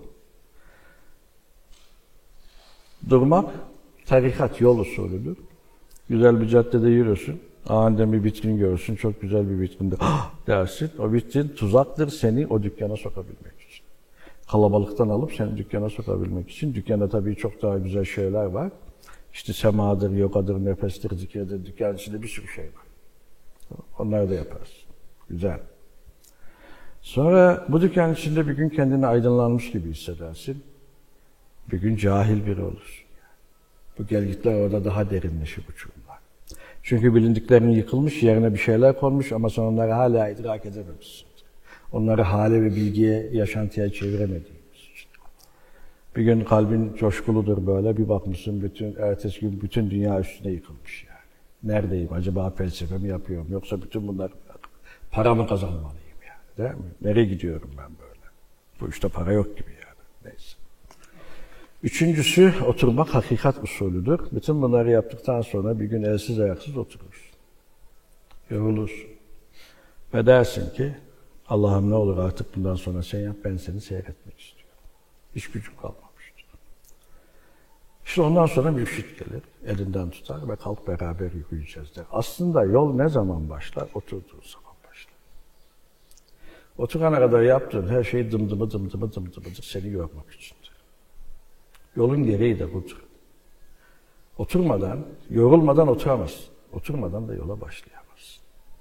Durmak, tarikat yol usulüdür. Güzel bir caddede yürüyorsun. Aniden bir vitrin görürsün. Çok güzel bir vitrinde dersin. O vitrin tuzaktır seni o dükkana sokabilmek için. Kalabalıktan alıp seni dükkana sokabilmek için. Dükkanda tabii çok daha güzel şeyler var. İşte semadır, yogadır, nefestir, zikirdir. Dükkanın içinde bir sürü şey var. Onları da yaparız. Güzel. Sonra bu dükkanın içinde bir gün kendini aydınlanmış gibi hissedersin. Bir gün cahil biri olursun. Bu gelgitler orada daha derinleşir uçurumlar. Çünkü bilindiklerin yıkılmış, yerine bir şeyler konmuş ama sen onları hala idrak edememişsin. Onları hale ve bilgiye, yaşantıya çeviremediğimiz için. Bir gün kalbin coşkuludur böyle, bir bakmışsın bütün, ertesi gün bütün dünya üstüne yıkılmış yani. Neredeyim? Acaba felsefe mi yapıyorum? Yoksa bütün bunlar para mı kazanmalıyım yani? Değil mi? Nereye gidiyorum ben böyle? Bu işte para yok gibi yani. Neyse. Üçüncüsü, oturmak hakikat usulüdür. Bütün bunları yaptıktan sonra bir gün elsiz ayaksız oturursun. Yorulursun. Ve dersin ki, Allah'ım ne olur artık bundan sonra sen yap, ben seni seyretmek istiyorum. Hiç gücüm kalmamıştır. İşte ondan sonra mürşit gelir, elinden tutar ve kalk beraber yürüyeceğiz der. Aslında yol ne zaman başlar? Oturduğu zaman başlar. Oturana kadar yaptığın her şey dımdımı dımdımı dımdımıdır seni yormak içindir. Yolun gereği de budur. Oturmadan, yorulmadan oturamazsın. Oturmadan da yola başlayamazsın.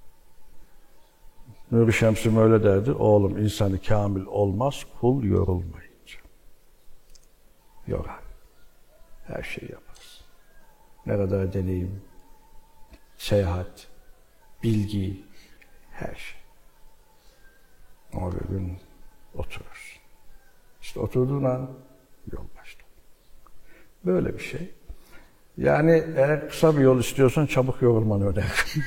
Nuri Şems'im öyle derdi. Oğlum insanı kamil olmaz, kul yorulmayınca. Yorar. Her şeyi yaparsın. Ne kadar deneyim, seyahat, bilgi, her şey. Ama bir gün oturursun. İşte oturduğun an yol başlar. Böyle bir şey. Yani eğer kısa bir yol istiyorsan çabuk yorulmanı öneririm.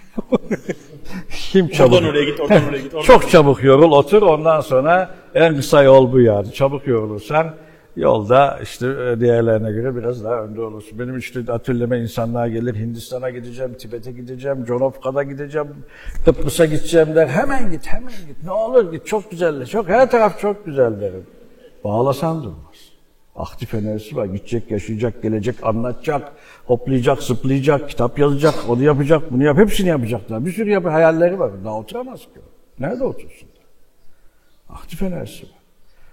Kim çabuk? Oradan oraya git, oradan oraya git. Oradan Çok çabuk yorul, otur. Ondan sonra en kısa yol bu yani. Çabuk yorulursan yolda işte diğerlerine göre biraz daha önde olursun. Benim işte atölyeme insanlar gelir. Hindistan'a gideceğim, Tibet'e gideceğim, Conofka'da gideceğim, Kıbrıs'a gideceğim der. Hemen git, hemen git. Ne olur git. Çok güzel. Çok, her taraf çok güzel derim. Bağlasan durmaz. Aktif enerjisi var. Gidecek, yaşayacak, gelecek, anlatacak, hoplayacak, zıplayacak, kitap yazacak, onu yapacak, bunu yap, hepsini yapacaklar. Bir sürü yap hayalleri var. Daha oturamaz ki. Nerede otursun? Aktif enerjisi var.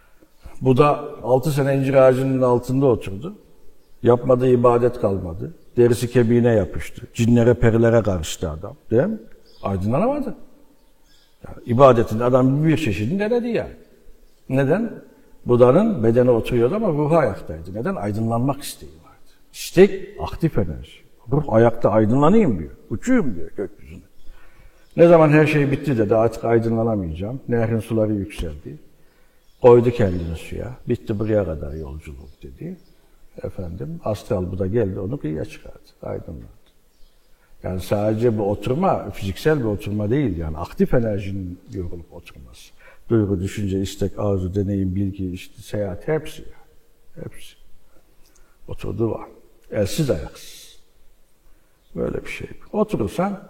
Bu da altı sene incir ağacının altında oturdu. Yapmadığı ibadet kalmadı. Derisi kemiğine yapıştı. Cinlere, perilere karıştı adam. Değil mi? Aydınlanamadı. Yani ibadetin adam bir çeşidini denedi yani. Neden? Buda'nın bedeni oturuyordu ama ruhu ayaktaydı. Neden? Aydınlanmak isteği vardı. İstek aktif enerji. Ruh ayakta aydınlanayım diyor. Uçuyum diyor gökyüzüne. Ne zaman her şey bitti dedi artık aydınlanamayacağım. Nehrin suları yükseldi. Koydu kendini suya. Bitti buraya kadar yolculuk dedi. Efendim astral Buda geldi onu kıyıya çıkardı. Aydınlandı. Yani sadece bu oturma fiziksel bir oturma değil yani aktif enerjinin yorulup oturması. Duygu, düşünce, istek, arzu, deneyim, bilgi, işte seyahat hepsi yani. Hepsi. Oturduğu var. Elsiz ayaksız. Böyle bir şey. Oturursan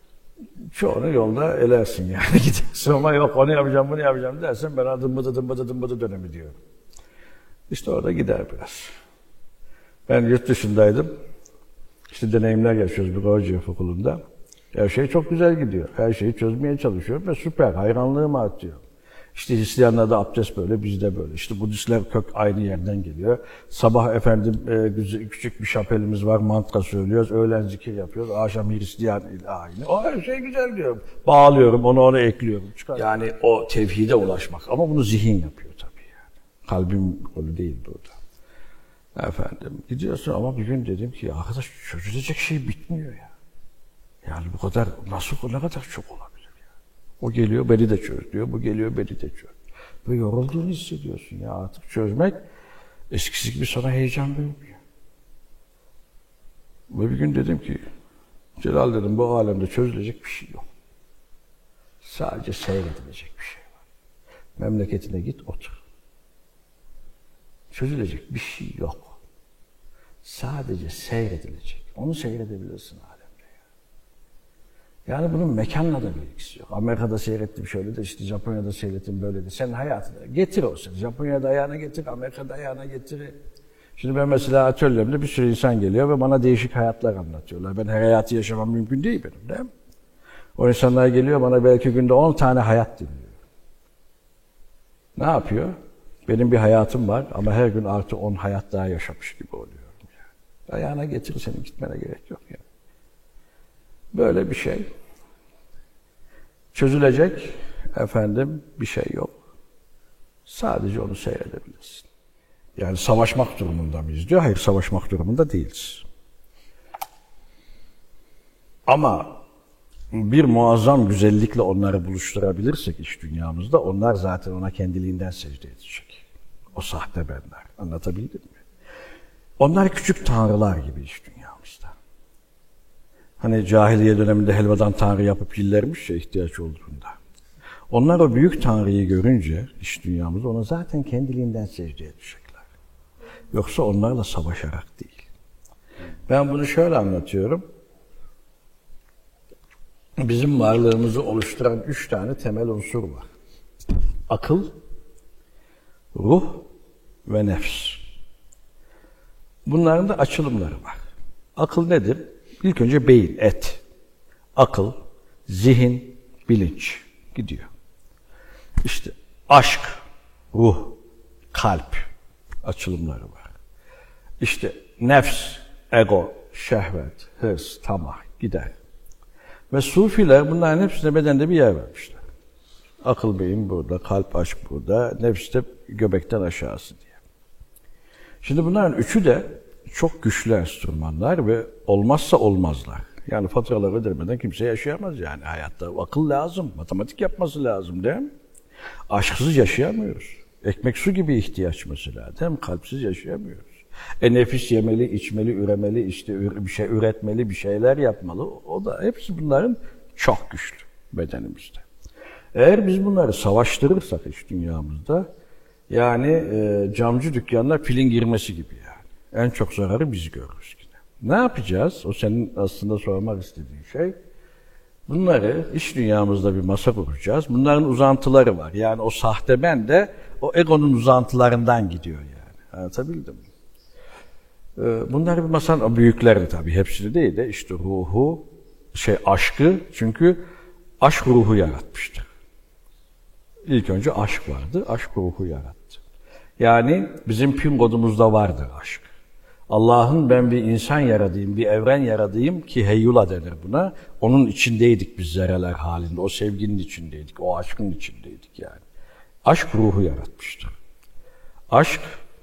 çoğunu yolda elersin yani gidersin ama yok onu yapacağım bunu yapacağım dersen ben dımbıdı dımbıdı dımbıdı dönemi diyorum. İşte orada gider biraz. Ben yurt dışındaydım. İşte deneyimler yaşıyoruz bir Gurdjieff okulunda. Her şey çok güzel gidiyor. Her şeyi çözmeye çalışıyorum ve süper. Hayranlığım artıyor. İşte Hristiyanlarda abdest böyle, bizde böyle. İşte Budistler kök aynı yerden geliyor. Sabah efendim e, küçük bir şapelimiz var, mantra söylüyoruz. Öğlen zikir yapıyoruz. Akşam Hristiyan ile aynı. O her şey güzel diyorum. Bağlıyorum, onu ona ekliyorum. Çıkar. Yani o tevhide ulaşmak. Ama bunu zihin yapıyor tabii yani. Kalbim öyle değil burada. Efendim gidiyorsun ama bir gün dedim ki arkadaş çözülecek şey bitmiyor ya. Yani bu kadar nasıl ne kadar çok olabilir. O geliyor, beni de çöz diyor. Bu geliyor, beni de çöz. Ve yorulduğunu hissediyorsun ya. Artık çözmek eskisi gibi sana heyecan vermiyor. Ve bir gün dedim ki, Celal dedim, bu alemde çözülecek bir şey yok. Sadece seyredilecek bir şey var. Memleketine git, otur. Çözülecek bir şey yok. Sadece seyredilecek. Onu seyredebilirsin alemde. Yani, yani bunun mekanla da bir ilgisi yok. Amerika'da seyrettim şöyle de, işte Japonya'da seyrettim böyle de. Senin hayatına getir o seni. Japonya'da ayağına getir, Amerika'da ayağına getir. Şimdi ben mesela atölyemde bir sürü insan geliyor ve bana değişik hayatlar anlatıyorlar. Ben her hayatı yaşamam mümkün değil benim, değil mi? O insanlar geliyor bana, belki günde on tane hayat dinliyor. Ne yapıyor? Benim bir hayatım var ama her gün artı on hayat daha yaşamış gibi oluyorum. Yani. Ayağına getir, senin gitmene gerek yok yani. Böyle bir şey. Çözülecek efendim bir şey yok. Sadece onu seyredebilirsin. Yani savaşmak durumunda mıyız diyor. Hayır, savaşmak durumunda değiliz. Ama bir muazzam güzellikle onları buluşturabilirsek iç dünyamızda, onlar zaten ona kendiliğinden secde edecek. O sahte benler. Anlatabildim mi? Onlar küçük tanrılar gibi iç dünyamızda. Hani cahiliye döneminde helvadan tanrı yapıp yillermiş ya ihtiyaç olduğunda. Onlar o büyük tanrıyı görünce iç dünyamızda ona zaten kendiliğinden secde edecekler. Yoksa onlarla savaşarak değil. Ben bunu şöyle anlatıyorum. Bizim varlığımızı oluşturan üç tane temel unsur var. Akıl, ruh ve nefs. Bunların da açılımları var. Akıl nedir? İlk önce beyin, et. Akıl, zihin, bilinç gidiyor. İşte aşk, ruh, kalp açılımları var. İşte nefs, ego, şehvet, hırs, tamah gider. Ve Sufiler bunların hepsine bedende bir yer vermişler. Akıl, beyin burada, kalp, aşk burada, nefs de göbekten aşağısı diye. Şimdi bunların üçü de çok güçlü enstrümanlar ve olmazsa olmazlar. Yani faturaları ödemeden kimse yaşayamaz yani hayatta. Akıl lazım, matematik yapması lazım değil mi? Aşksız yaşayamıyoruz. Ekmek su gibi ihtiyaç mesela değil mi? Kalpsiz yaşayamıyoruz. E nefis yemeli, içmeli, üremeli, işte bir şey üretmeli, bir şeyler yapmalı. O da hepsi bunların çok güçlü bedenimizde. Eğer biz bunları savaştırırsak iç dünyamızda, yani e, camcı dükkanına pilin girmesi gibi yani. En çok zararı biz görürüz yine. Ne yapacağız? O senin aslında sormak istediğin şey. Bunları iç dünyamızda bir masa kuracağız. Bunların uzantıları var. Yani o sahte ben de o egonun uzantılarından gidiyor yani. Anlatabildim mi? Bunlar bir masanın büyükleri tabii, hepsini değil de işte ruhu, şey aşkı, çünkü aşk ruhu yaratmıştır. İlk önce aşk vardı, aşk ruhu yarattı. Yani bizim pin kodumuzda vardır aşk. Allah'ın ben bir insan yaratayım, bir evren yaratayım ki heyyula denir buna. Onun içindeydik biz zerreler halinde, o sevginin içindeydik, o aşkın içindeydik yani. Aşk ruhu yaratmıştır. Aşk,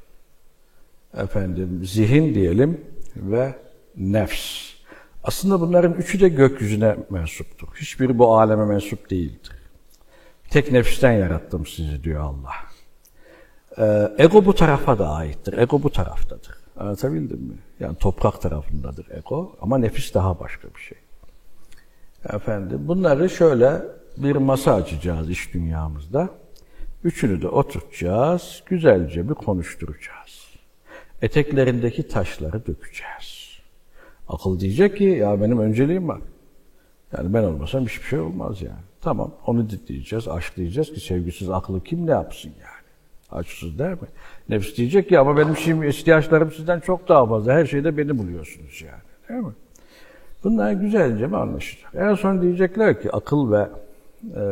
efendim zihin diyelim ve nefs. Aslında bunların üçü de gökyüzüne mensuptur. Hiçbiri bu aleme mensup değildir. Tek nefisten yarattım sizi diyor Allah. Ee, ego bu tarafa da aittir. Ego bu taraftadır. Anlatabildim mi? Yani toprak tarafındadır ego ama nefis daha başka bir şey. Efendim bunları şöyle bir masa açacağız iç dünyamızda. Üçünü de oturtacağız, güzelce bir konuşturacağız. Eteklerindeki taşları dökeceğiz. Akıl diyecek ki ya benim önceliğim var. Yani ben olmasam hiçbir şey olmaz yani. Tamam onu diyeceğiz, aşk diyeceğiz ki sevgisiz akıllı kim ne yapsın yani. Aşksız değil mi? Nefis diyecek ki ama benim şimdi ihtiyaçlarım sizden çok daha fazla. Her şeyde beni buluyorsunuz yani. Değil mi? Bunlar güzelce mi anlaşacak? En son diyecekler ki akıl ve e,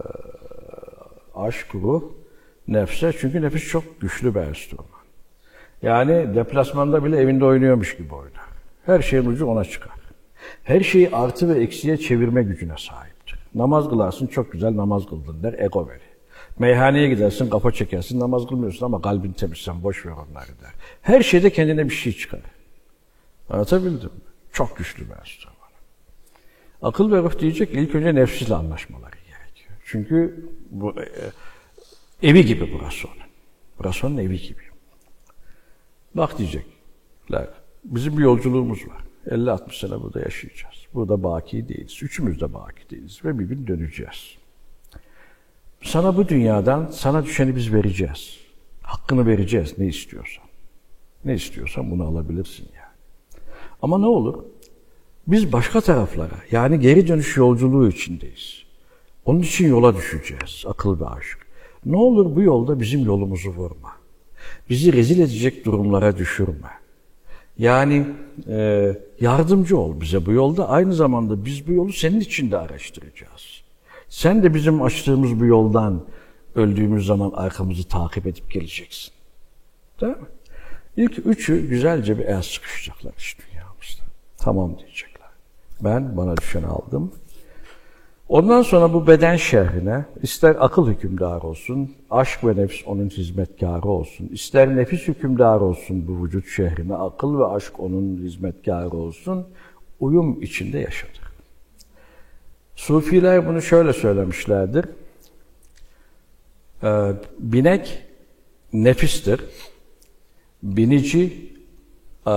aşk ruh nefse. Çünkü nefis çok güçlü bir enstrüman. Yani deplasmanda bile evinde oynuyormuş gibi oynar. Her şeyin ucu ona çıkar. Her şeyi artı ve eksiye çevirme gücüne sahiptir. Namaz kılarsın, çok güzel namaz kıldın der, ego verir. Meyhaneye gidersin, kafa çekersin, namaz kılmıyorsun ama kalbin temiz, sen boş ver onları der. Her şeyde kendine bir şey çıkar. Anlatabildim mi? Çok güçlü bir enstrüman. Akıl ve ruh diyecek ilk önce nefsiyle anlaşmaları gerekiyor. Çünkü bu, e, evi gibi burası onun. Burası onun evi gibi. Bak diyecekler, bizim bir yolculuğumuz var. elli altmış sene burada yaşayacağız. Burada baki değiliz. Üçümüz de baki değiliz ve bir gün döneceğiz. Sana bu dünyadan, sana düşeni biz vereceğiz. Hakkını vereceğiz ne istiyorsan. Ne istiyorsan bunu alabilirsin yani. Ama ne olur? Biz başka taraflara, yani geri dönüş yolculuğu içindeyiz. Onun için yola düşeceğiz, akıl ve aşk. Ne olur bu yolda bizim yolumuzu vurma. Bizi rezil edecek durumlara düşürme. Yani e, yardımcı ol bize bu yolda. Aynı zamanda biz bu yolu senin için de araştıracağız. Sen de bizim açtığımız bu yoldan öldüğümüz zaman arkamızı takip edip geleceksin. Değil mi? İlk üçü güzelce bir el sıkışacaklar iş dünyamızda. Tamam diyecekler. Ben bana düşeni aldım. Ondan sonra bu beden şehrine ister akıl hükümdarı olsun, aşk ve nefs onun hizmetkarı olsun, ister nefis hükümdarı olsun bu vücut şehrine, akıl ve aşk onun hizmetkarı olsun, uyum içinde yaşadık. Sufiler bunu şöyle söylemişlerdir. Ee, binek nefistir, binici e,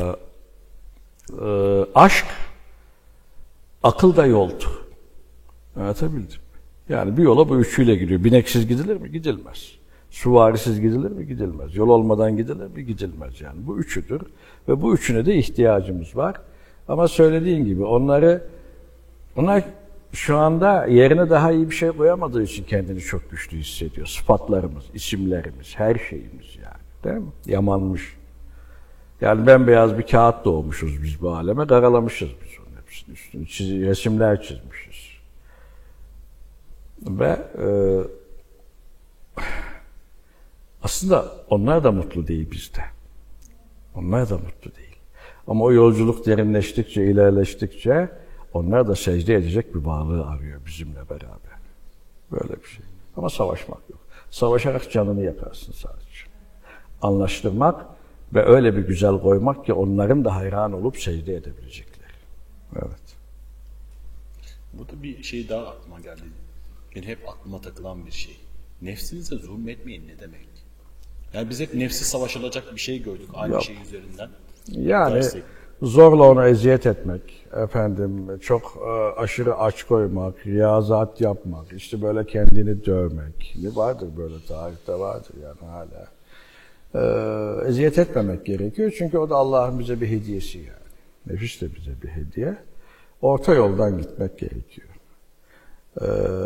e, aşk, akıl da yoldur. Anlatabildim. Yani bir yola bu üçüyle gidiyor. Bineksiz gidilir mi? Gidilmez. Süvarisiz gidilir mi? Gidilmez. Yol olmadan gidilir mi? Gidilmez yani. Bu üçüdür. Ve bu üçüne de ihtiyacımız var. Ama söylediğin gibi onları, onlar şu anda yerine daha iyi bir şey koyamadığı için kendini çok güçlü hissediyor. Sıfatlarımız, isimlerimiz, her şeyimiz yani. Değil mi? Yamanmış. Yani bembeyaz bir kağıt doğmuşuz biz bu aleme. Karalamışız biz onun hepsini. Üstünü çiz, resimler çizmişiz. Ve e, aslında onlar da mutlu değil bizde. Onlar da mutlu değil. Ama o yolculuk derinleştikçe, ilerleştikçe onlar da secde edecek bir varlığı arıyor bizimle beraber. Böyle bir şey. Ama savaşmak yok. Savaşarak canını yakarsın sadece. Anlaştırmak ve öyle bir güzel koymak ki onların da hayran olup secde edebilecekler. Evet. Burada bir şey daha aklıma geldi. Benim hep aklıma takılan bir şey. Nefsinize zulmetmeyin ne demek? Yani biz hep nefsi savaşılacak bir şey gördük aynı Yok. şey üzerinden. Yani Dersek. zorla ona eziyet etmek, efendim çok e, aşırı aç koymak, riyazat yapmak, işte böyle kendini dövmek. Ne vardır böyle tarihte vardır yani hala. E, eziyet etmemek gerekiyor çünkü o da Allah'ın bize bir hediyesi yani. Nefis de bize bir hediye. Orta yoldan gitmek gerekiyor. Ee,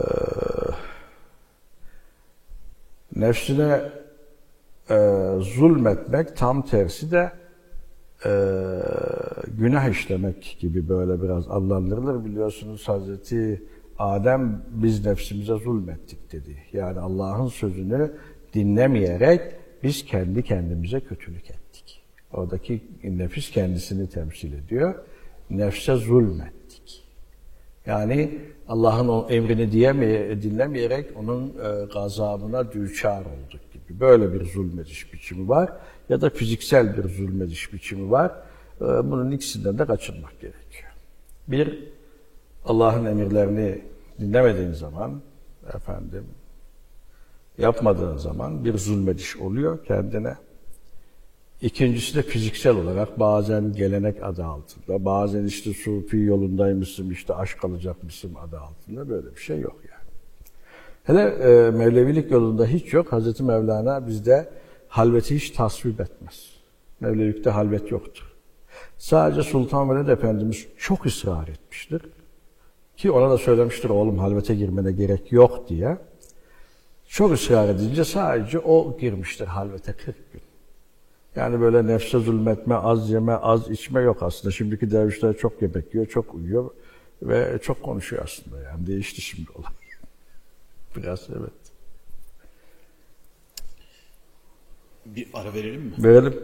nefsine e, zulmetmek tam tersi de e, günah işlemek gibi böyle biraz adlandırılır. Biliyorsunuz Hazreti Adem biz nefsimize zulmettik dedi. Yani Allah'ın sözünü dinlemeyerek biz kendi kendimize kötülük ettik. Oradaki nefis kendisini temsil ediyor. Nefse zulmettik. Yani Allah'ın o emrini diyemeye, dinlemeyerek onun e, gazabına düçar olduk gibi. Böyle bir zulmediş biçimi var ya da fiziksel bir zulmediş biçimi var. E, bunun ikisinden de kaçınmak gerekiyor. Bir, Allah'ın emirlerini dinlemediğin zaman, efendim, yapmadığın zaman bir zulmediş oluyor kendine. İkincisi de fiziksel olarak bazen gelenek adı altında, bazen işte sufi yolundaymışsın, işte aşk alacakmışsın adı altında böyle bir şey yok yani. Hele e, Mevlevilik yolunda hiç yok. Hazreti Mevlana bizde halveti hiç tasvip etmez. Mevlevilikte halvet yoktur. Sadece Sultan Veled Efendimiz çok ısrar etmiştir. Ki ona da söylemiştir oğlum halvete girmene gerek yok diye. Çok ısrar edince sadece o girmiştir halvete kırk gün. Yani böyle nefse zulmetme, az yeme, az içme yok aslında. Şimdiki dervişler çok yemek yiyor, çok uyuyor ve çok konuşuyor aslında. Yani değişti şimdi olay. Biraz evet. Bir ara verelim mi? Verelim.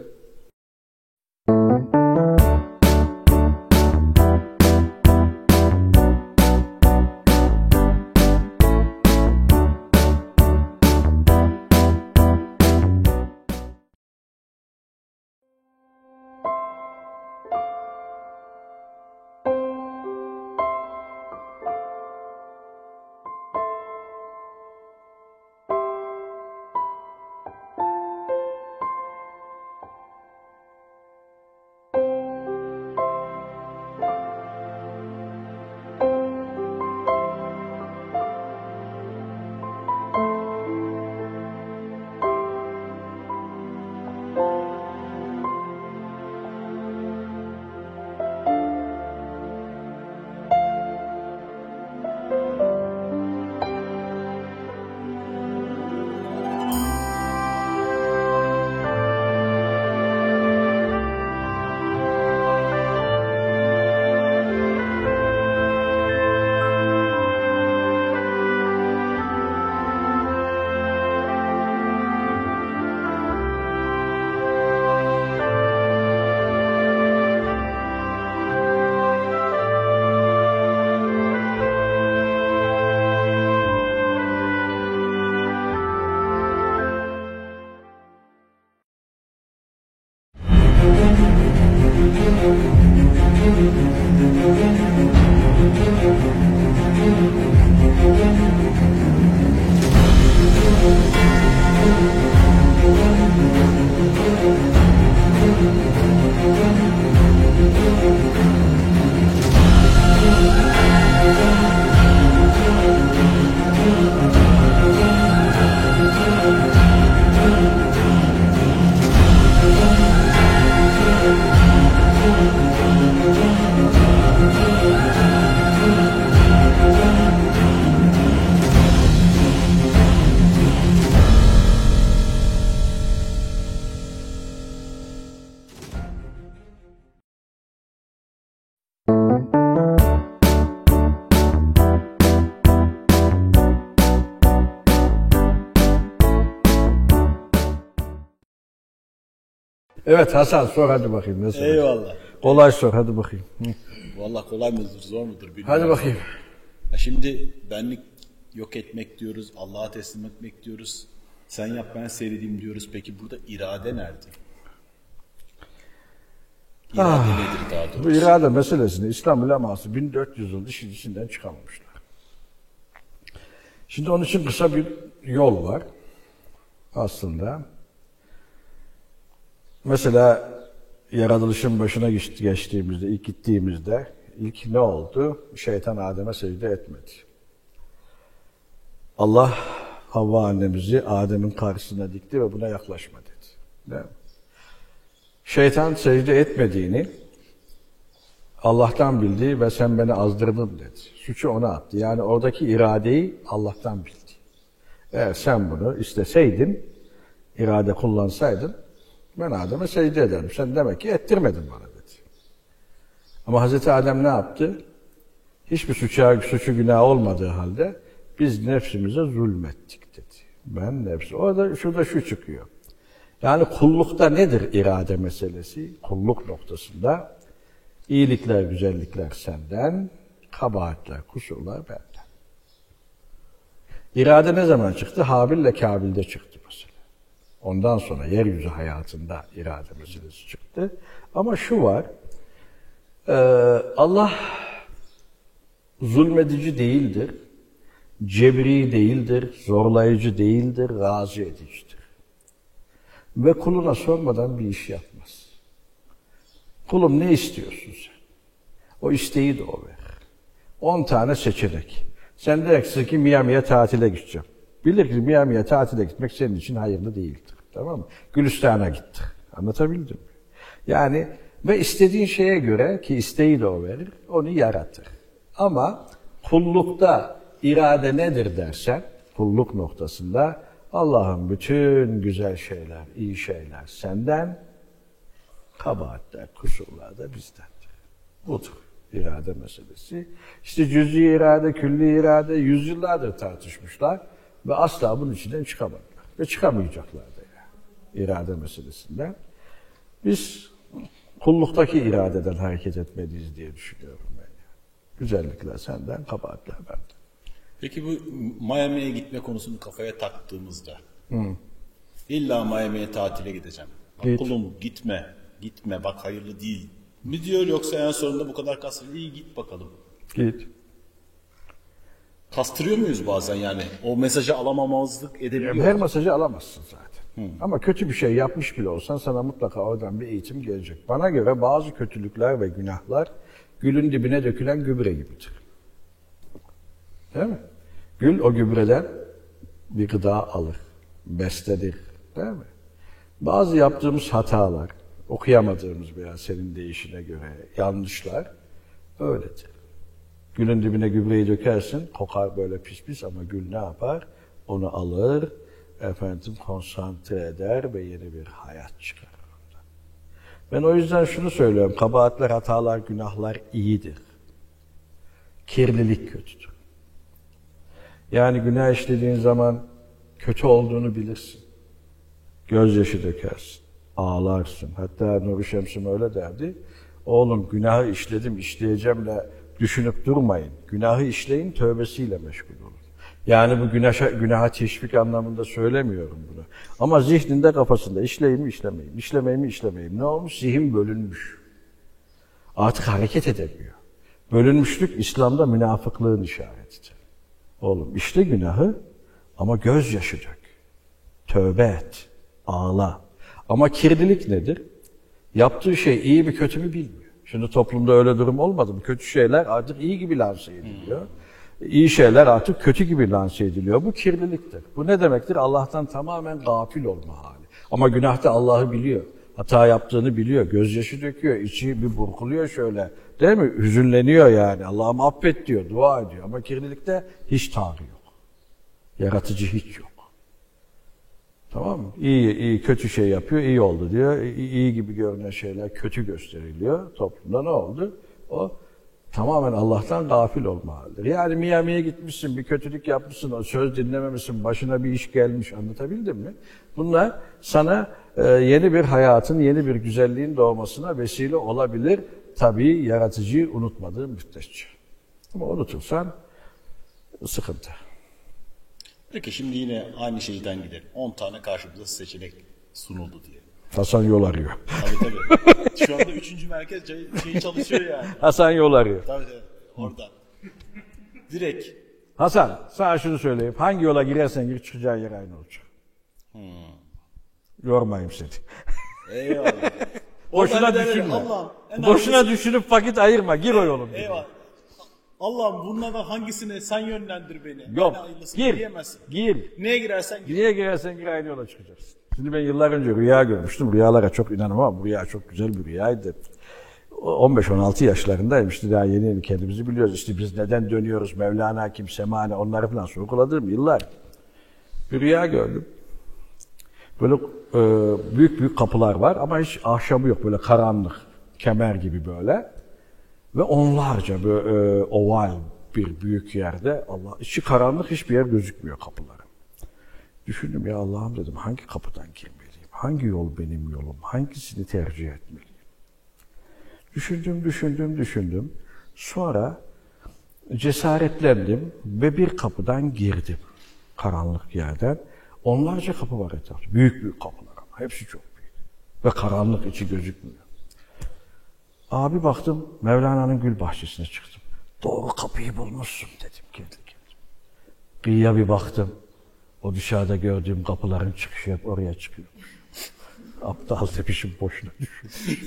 Evet Hasan sor hadi bakayım. Nasıl? Eyvallah. Kolay sor hadi bakayım. Hı. Vallahi kolay mıdır, zor mudur bilmiyorum. Hadi bakayım. Ya şimdi benlik yok etmek diyoruz, Allah'a teslim etmek diyoruz. Sen yap ben seyredeyim diyoruz. Peki burada irade nerede? İrade Ah, nedir daha doğrusu? Bu irade meselesini İslam uleması bin dört yüz yıl işin içinden çıkamamışlar. Şimdi onun için kısa bir yol var aslında. Mesela yaratılışın başına geçtiğimizde, ilk gittiğimizde ilk ne oldu? Şeytan Adem'e secde etmedi. Allah Havva annemizi Adem'in karşısına dikti ve buna yaklaşma dedi. Değil mi? Şeytan secde etmediğini Allah'tan bildi ve sen beni azdırdın dedi. Suçu ona attı. Yani oradaki iradeyi Allah'tan bildi. Eğer sen bunu isteseydin, irade kullansaydın, ben Adem'e secde ederim. Sen demek ki ettirmedin bana dedi. Ama Hazreti Adem ne yaptı? Hiçbir suçu, suçu günah olmadığı halde biz nefsimize zulmettik dedi. Ben nefsi. Orada şurada şu çıkıyor. Yani kullukta nedir irade meselesi? Kulluk noktasında iyilikler, güzellikler senden, kabahatler, kusurlar benden. İrade ne zaman çıktı? Habil'le Kabil'de çıktı mesela. Ondan sonra yeryüzü hayatında irade meselesi çıktı. Ama şu var, e, Allah zulmedici değildir, cebri değildir, zorlayıcı değildir, razı edicidir. Ve kuluna sormadan bir iş yapmaz. Kulum ne istiyorsun sen? O isteği de o verir. On tane seçenek. Sen dersin ki Miami'ye tatile gideceğim. Bilir ki Miami'ye tatile gitmek senin için hayırlı değildir. Tamam mı? Gülistan'a gittik. Anlatabildim mi? Yani ve istediğin şeye göre ki isteği de o verir, onu yaratır. Ama kullukta irade nedir dersen, kulluk noktasında Allah'ın bütün güzel şeyler, iyi şeyler senden, kabahatler, kusurlar da bizdendir. Budur irade meselesi. İşte cüz'i irade, külli irade yüzyıllardır tartışmışlar ve asla bunun içinden çıkamadılar. Ve çıkamayacaklar da yani irade meselesinden. Biz kulluktaki iradeden hareket etmeliyiz diye düşünüyorum ben. Yani. Güzellikler senden, kabahatler benden. Peki bu Miami'ye gitme konusunu kafaya taktığımızda Hı. illa Miami'ye tatile gideceğim. Bak, Git. kulum gitme, gitme bak hayırlı değil mi diyor yoksa en sonunda bu kadar kastırıyor. İyi git bakalım. Git. Kastırıyor muyuz bazen yani? O mesajı alamamazlık edebiliyor. Her mesajı alamazsın zaten. Hı. Ama kötü bir şey yapmış bile olsan sana mutlaka oradan bir eğitim gelecek. Bana göre bazı kötülükler ve günahlar gülün dibine dökülen gübre gibidir. Değil mi? Gül o gübreden bir gıda alır, beslenir. Değil mi? Bazı yaptığımız hatalar, okuyamadığımız veya senin deyişine göre yanlışlar öyledir. Gülün dibine gübreyi dökersin, kokar böyle pis pis ama gül ne yapar? Onu alır, efendim konsantre eder ve yeni bir hayat çıkarır ondan. Ben o yüzden şunu söylüyorum, kabahatler, hatalar, günahlar iyidir. Kirlilik kötüdür. Yani günah işlediğin zaman kötü olduğunu bilirsin. Gözyaşı dökersin, ağlarsın. Hatta Nuri Şems'im öyle derdi. Oğlum günahı işledim, işleyeceğimle düşünüp durmayın. Günahı işleyin, tövbesiyle meşgul olun. Yani bu günaha, günaha teşvik anlamında söylemiyorum bunu. Ama zihninde kafasında işleyeyim mi işlemeyeyim, işlemeyeyim mi işlemeyeyim. Ne olmuş? Zihin bölünmüş. Artık hareket edemiyor. Bölünmüşlük İslam'da münafıklığın işaretidir. Oğlum işle günahı ama gözyaşı dök. Tövbe et. Ağla. Ama kirlilik nedir? Yaptığı şey iyi mi kötü mü bilmiyor. Şimdi toplumda öyle durum olmadı mı? Kötü şeyler artık iyi gibi lanse ediliyor. İyi şeyler artık kötü gibi lanse ediliyor. Bu kirliliktir. Bu ne demektir? Allah'tan tamamen gafil olma hali. Ama günahta Allah'ı biliyor. Hata yaptığını biliyor. Gözyaşı döküyor. İçi bir burkuluyor şöyle. Değil mi? Hüzünleniyor yani. Allah'ım affet diyor. Dua ediyor. Ama kirlilikte hiç Tanrı yok. Yaratıcı hiç yok. Tamam mı? İyi, iyi, kötü şey yapıyor, iyi oldu diyor. İyi gibi görünen şeyler kötü gösteriliyor. Toplumda ne oldu? O tamamen Allah'tan gafil olma halidir. Yani Miami'ye gitmişsin, bir kötülük yapmışsın, o söz dinlememişsin, başına bir iş gelmiş, anlatabildim mi? Bunlar sana e, yeni bir hayatın, yeni bir güzelliğin doğmasına vesile olabilir. Tabii yaratıcıyı unutmadığın müddetçe. Ama unutursan sıkıntı. Peki şimdi yine aynı şeyden gidelim. on tane karşımıza seçenek sunuldu diye. Hasan yol arıyor. Tabii tabii. Şu anda üçüncü merkez şey, şey çalışıyor yani. Hasan yol arıyor. Tabii tabii. Oradan. Direkt. Hasan, sana şunu söyleyeyim. Hangi yola girersen gir, çıkacağın yer aynı olacak. Hmm. Yormayayım seni. Eyvallah. Boşuna düşünme. Boşuna düşünüp vakit ayırma. Gir o yolun. Eyvallah. Allah'ım bunlardan hangisine sen yönlendir beni. Yok. Gir. Diyemezsin. Gir. Neye girersen gir. Niye girersen gir, aynı yola çıkacaksın. Şimdi ben yıllar önce rüya görmüştüm. Rüyalara çok inanmam ama bu rüya çok güzel bir rüyaydı. on beş on altı yaşlarındayım. İşte daha yeni yeni kendimizi biliyoruz. İşte biz neden dönüyoruz? Mevlana kim? Semane? Onları falan sorguladığım yıllar. Bir rüya gördüm. Böyle e, büyük büyük kapılar var ama hiç ahşabı yok. Böyle karanlık, kemer gibi böyle. Ve onlarca böyle e, oval bir büyük yerde, Allah, içi karanlık, hiçbir yer gözükmüyor kapıların. Düşündüm, ya Allah'ım dedim, hangi kapıdan girmeliyim? Hangi yol benim yolum? Hangisini tercih etmeliyim? Düşündüm, düşündüm, düşündüm. Sonra cesaretlendim ve bir kapıdan girdim. Karanlık yerden. Onlarca kapı var etrafta. Büyük büyük kapılar ama. Hepsi çok büyük. Ve karanlık, içi gözükmüyor. Abi baktım, Mevlana'nın gül bahçesine çıktım. Doğru kapıyı bulmuşsun dedim kendi kendime. Kıyıya bir baktım. O dışarıda gördüğüm kapıların çıkışı hep oraya çıkıyormuş. Aptal demişim, boşuna düşünmüşüm.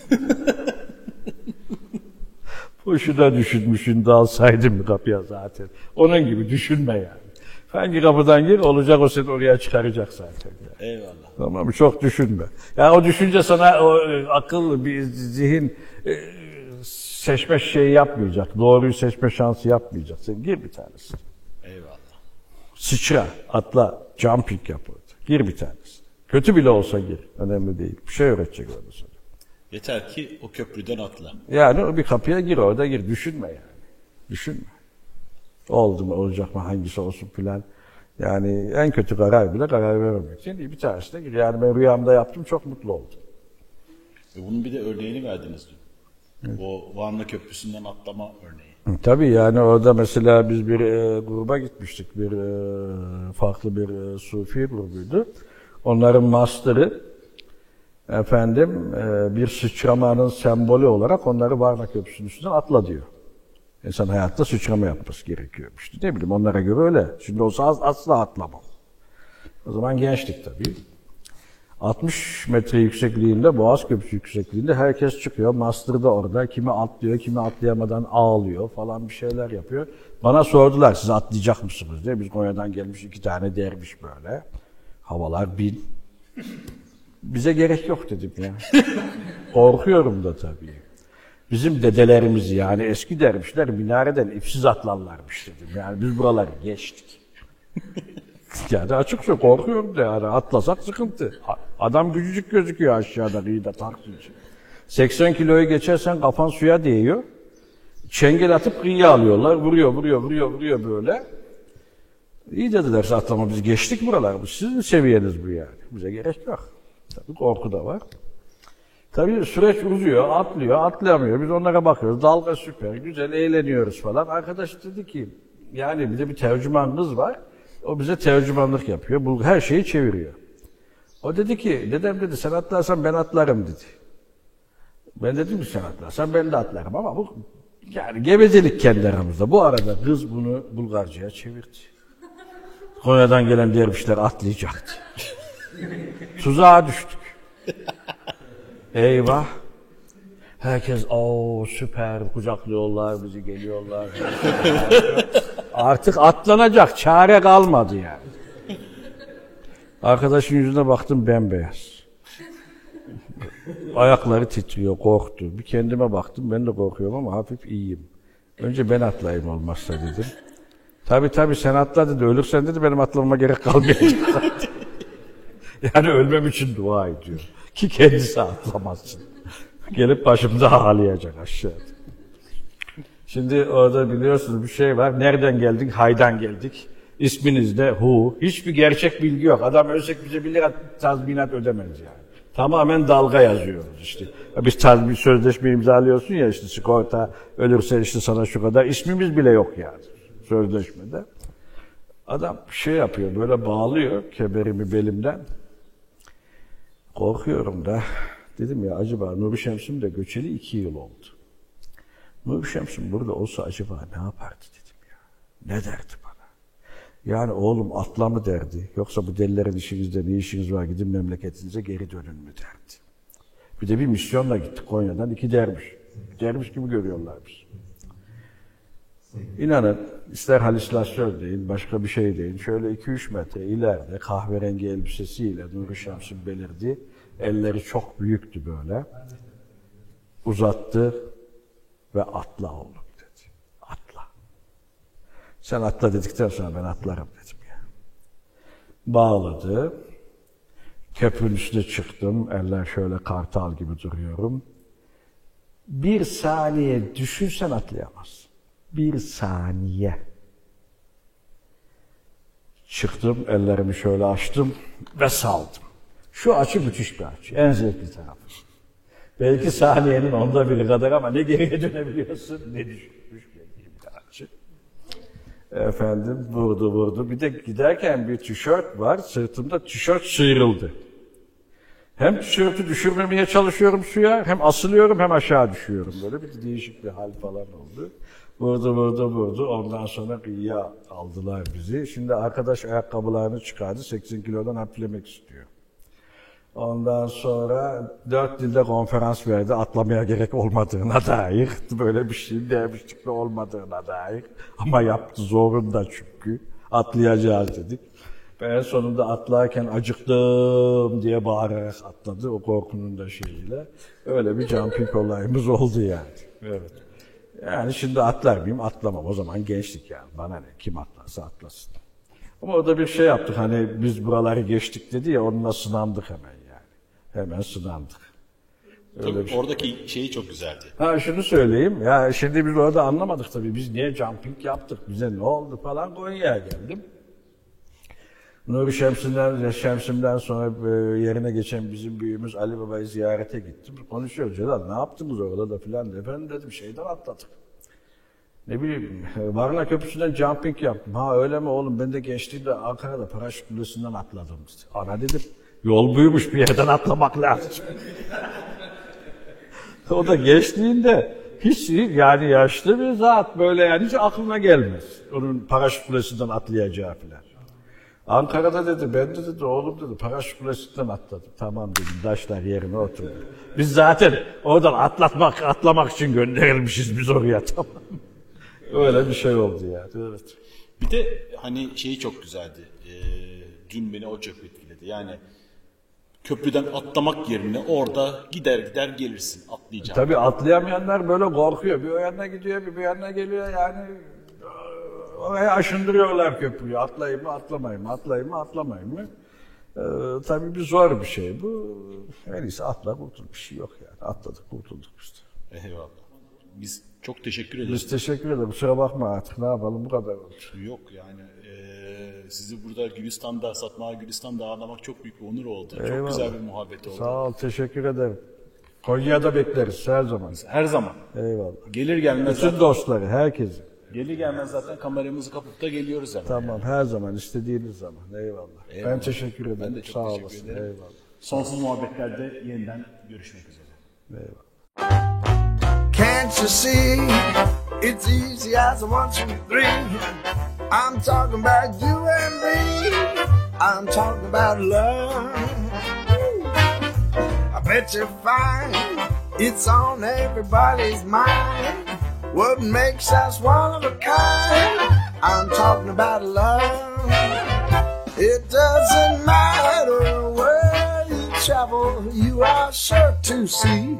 Boşuna düşünmüşsün, dalsaydın bir kapıya zaten. Onun gibi düşünme yani. Hangi kapıdan gir, olacak o seni oraya çıkaracak zaten. Yani. Eyvallah. Tamam mı? Çok düşünme. Yani o düşünce sana o e, akıl, bir zihin e, seçme şeyi yapmayacak. Doğruyu seçme şansı yapmayacak. Sen gir bir tanesi. Eyvallah. Sıçra, atla, jumping yap orada. Gir bir tanesi. Kötü bile olsa gir. Önemli değil. Bir şey öğretecek orada sana. Yeter ki o köprüden atla. Yani o bir kapıya gir, orada gir. Düşünme yani. Düşünme. Oldu mu, olacak mı, hangisi olsun filan. Yani en kötü karar bile karar vermemek için bir tanesi de gir. Yani ben rüyamda yaptım, çok mutlu oldum. E bunun bir de örneğini verdiniz dün. Evet. O Varna Köprüsü'nden atlama örneği. Tabii yani orada mesela biz bir e, gruba gitmiştik. Bir e, farklı bir e, Sufi grubuydu. Onların master'ı efendim e, bir sıçramanın sembolü olarak onları Varna Köprüsü'nün üstünden atla diyor. İnsan hayatta sıçrama yapması gerekiyormuş. Ne bileyim, onlara göre öyle. Şimdi olsa az, asla atlamam. O zaman gençtik tabii. altmış metre yüksekliğinde, Boğaz Köprüsü yüksekliğinde herkes çıkıyor. Master da orada. Kimi atlıyor, kimi atlayamadan ağlıyor falan, bir şeyler yapıyor. Bana sordular, siz atlayacak mısınız diye. Biz Konya'dan gelmiş iki tane derviş böyle. Havalar bin. Bize gerek yok dedim ya. Korkuyorum da tabii. Bizim dedelerimiz, yani eski dervişler minareden ipsiz atlarlarmış dedim. Yani biz buraları geçtik. Yani açıkça korkuyorum da, yani atlasak sıkıntı. Adam küçücük gözüküyor aşağıda, kıyıda tartınca. seksen kiloyu geçersen kafan suya değiyor. Çengel atıp kıyıya alıyorlar. Vuruyor, vuruyor, vuruyor, vuruyor böyle. İyi dediler, atlama, biz geçtik buralar. Bu sizin seviyeniz bu yani. Bize gerek yok. Tabii korku da var. Tabii süreç uzuyor, atlıyor, atlayamıyor. Biz onlara bakıyoruz. Dalga süper, güzel, eğleniyoruz falan. Arkadaş dedi ki, yani bir de bir tercüman kız var. O bize tercümanlık yapıyor. Bu her şeyi çeviriyor. O dedi ki, dedem dedi, sen atlarsan ben atlarım dedi. Ben dedim ki, sen atlarsan ben de atlarım ama bu yani gevezelik kendi aramızda. Bu arada kız bunu Bulgarca'ya çevirdi. Konya'dan gelen dervişler atlayacaktı. Tuzağa düştük. Eyvah. Herkes o süper kucaklıyorlar, bizi geliyorlar. Artık atlanacak çare kalmadı yani. Arkadaşın yüzüne baktım, bembeyaz. Ayakları titriyor, korktu. Bir kendime baktım, ben de korkuyorum ama hafif iyiyim. Önce ben atlayayım olmazsa dedim. Tabii tabii sen atla dedi, ölürsen dedi benim atlamama gerek kalmayacak. Yani ölmem için dua ediyor. Ki kendisi atlamazsın. Gelip başımıza ağlayacak aşağıda. Şimdi orada biliyorsunuz bir şey var. Nereden geldik? Hay'dan geldik. İsminiz de Hu. Hiçbir gerçek bilgi yok. Adam ölsek bize bir lira tazminat ödemez yani. Tamamen dalga yazıyoruz işte. Biz tarz bir sözleşme imzalıyorsun ya işte sigorta ölürse işte sana şu kadar. İsmimiz bile yok yani sözleşmede. Adam şey yapıyor böyle bağlıyor kemerimi belimden. Korkuyorum da. Dedim ya acaba Nuri Şems'im de göçeli iki yıl oldu. Nuri Şems'im burada olsa acaba ne yapardı dedim ya. Ne derdi bana? Yani oğlum atla mı derdi. Yoksa bu delilerin işinizde ne işiniz var gidin memleketinize geri dönün mü derdi. Bir de bir misyonla gittik Konya'dan iki derviş. Derviş gibi görüyorlar bizi. İnanın ister halüsinasyon deyin başka bir şey deyin. Şöyle iki üç metre ileride kahverengi elbisesiyle Nuri Şems'in belirdi. Elleri çok büyüktü böyle. Uzattı ve atla oğlum dedi. Atla. Sen atla dedikten sonra ben atlarım dedim ya. Bağladı. Köprünün üstüne çıktım. Eller şöyle kartal gibi duruyorum. Bir saniye düşünsen atlayamazsın. Bir saniye. Çıktım, ellerimi şöyle açtım ve saldım. Şu açı müthiş bir açı. En zevkli tarafı. Belki saniyenin onda biri kadar ama ne geriye dönebiliyorsun ne düşmüş bir açı. Efendim vurdu vurdu. Bir de giderken bir tişört var. Sırtımda tişört sıyrıldı. Hem tişörtü düşürmemeye çalışıyorum suya, hem asılıyorum hem aşağı düşüyorum. Böyle bir değişik bir hal falan oldu. Vurdu vurdu vurdu. Ondan sonra kıyıya aldılar bizi. Şimdi arkadaş ayakkabılarını çıkardı. seksen kilodan hafiflemek istiyor. Ondan sonra dört dilde konferans verdi. Atlamaya gerek olmadığına dair. Böyle bir şey demiştik de olmadığına dair. Ama yaptı zorunda çünkü. Atlayacağız dedik. Ve en sonunda atlarken acıktım diye bağırarak atladı. O korkunun da şeyiyle. Öyle bir jumping olayımız oldu yani. Evet. Yani şimdi atlar mıyım? Atlamam. O zaman gençlik yani. Bana ne? Kim atlarsa atlasın. Ama orada bir şey yaptık. Hani biz buraları geçtik dedi ya onunla sınandık hemen yani. Hemen sınandık. Öyle şey. Oradaki şeyi çok güzeldi. Ha şunu söyleyeyim. Ya şimdi biz orada anlamadık tabii. Biz niye jumping yaptık? Bize ne oldu falan. Konya'ya geldim. Nuri Şems'imden, Şems'imden sonra yerine geçen bizim büyüğümüz Ali Baba'yı ziyarete gittim. Konuşuyoruz. Celal ne yaptınız orada da filan. Efendim dedim şeyden atladık. Ne bileyim Varna Köprüsü'nden jumping yaptım. Ha öyle mi oğlum ben de gençliğimde Ankara'da Paraşüt Kulesi'nden atladım. Ana dedim yol buymuş bir yerden atlamak lazım. O da gençliğinde hiç yani yaşlı bir zat böyle yani hiç aklına gelmez. Onun Paraşüt Kulesi'nden atlayacağı filan. Ankara'da dedi, ben de dedi, oğlum dedi, Paraşüt Kulesi'nden atladım. Tamam dedim, taşlar yerine oturdu. Biz zaten oradan atlatmak, atlamak için gönderilmişiz biz oraya, tamam. Öyle bir şey oldu yani, evet. Bir de hani şeyi çok güzeldi, ee, dün beni o çok etkiledi. Yani köprüden atlamak yerine orada gider gider gelirsin, atlayacağım. Tabii atlayamayanlar böyle korkuyor. Bir o yana gidiyor, bir bu yana geliyor yani. Oraya aşındırıyorlar köprüyü. Atlayayım mı, atlamayayım mı, atlayayım mı, atlamayayım mı? Ee, tabii bir zor bir şey bu. En iyisi atla kurtul. Bir şey yok yani. Atladık, kurtulduk işte. Eyvallah. Biz çok teşekkür ederiz. Biz teşekkür ederiz. Kusura bakma artık. Ne yapalım? Bu kadar oldu. Yok yani. E, sizi burada Gülistan'da, Satmar Gülistan'da ağırlamak çok büyük bir onur oldu. Eyvallah. Çok güzel bir muhabbet oldu. Sağ ol. Teşekkür ederim. Konya'da bekleriz her zaman. Her zaman. Eyvallah. Gelir gelmez bütün zaten. dostları, herkesi. Gelir gelmez zaten kameramızı kapıp da geliyoruz hemen. Tamam, yani. her zaman, istediğiniz zaman. Eyvallah. Eyvallah. Ben teşekkür ederim. Ben de çok Sağ teşekkür olasın. ederim. Eyvallah. Sonsuz muhabbetlerde yeniden görüşmek üzere. Eyvallah. Can't you see it's easy as a one, two, three? I'm talking about you and me. I'm talking about love. I bet you find it's on everybody's mind. What makes us one of a kind? I'm talking about love. It doesn't matter where you travel, you are sure to see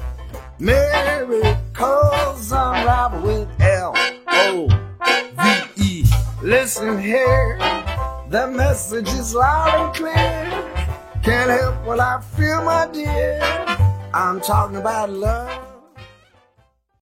miracles unravel with L O V E. Listen here, the message is loud and clear. Can't help what I feel, my dear. I'm talking about love.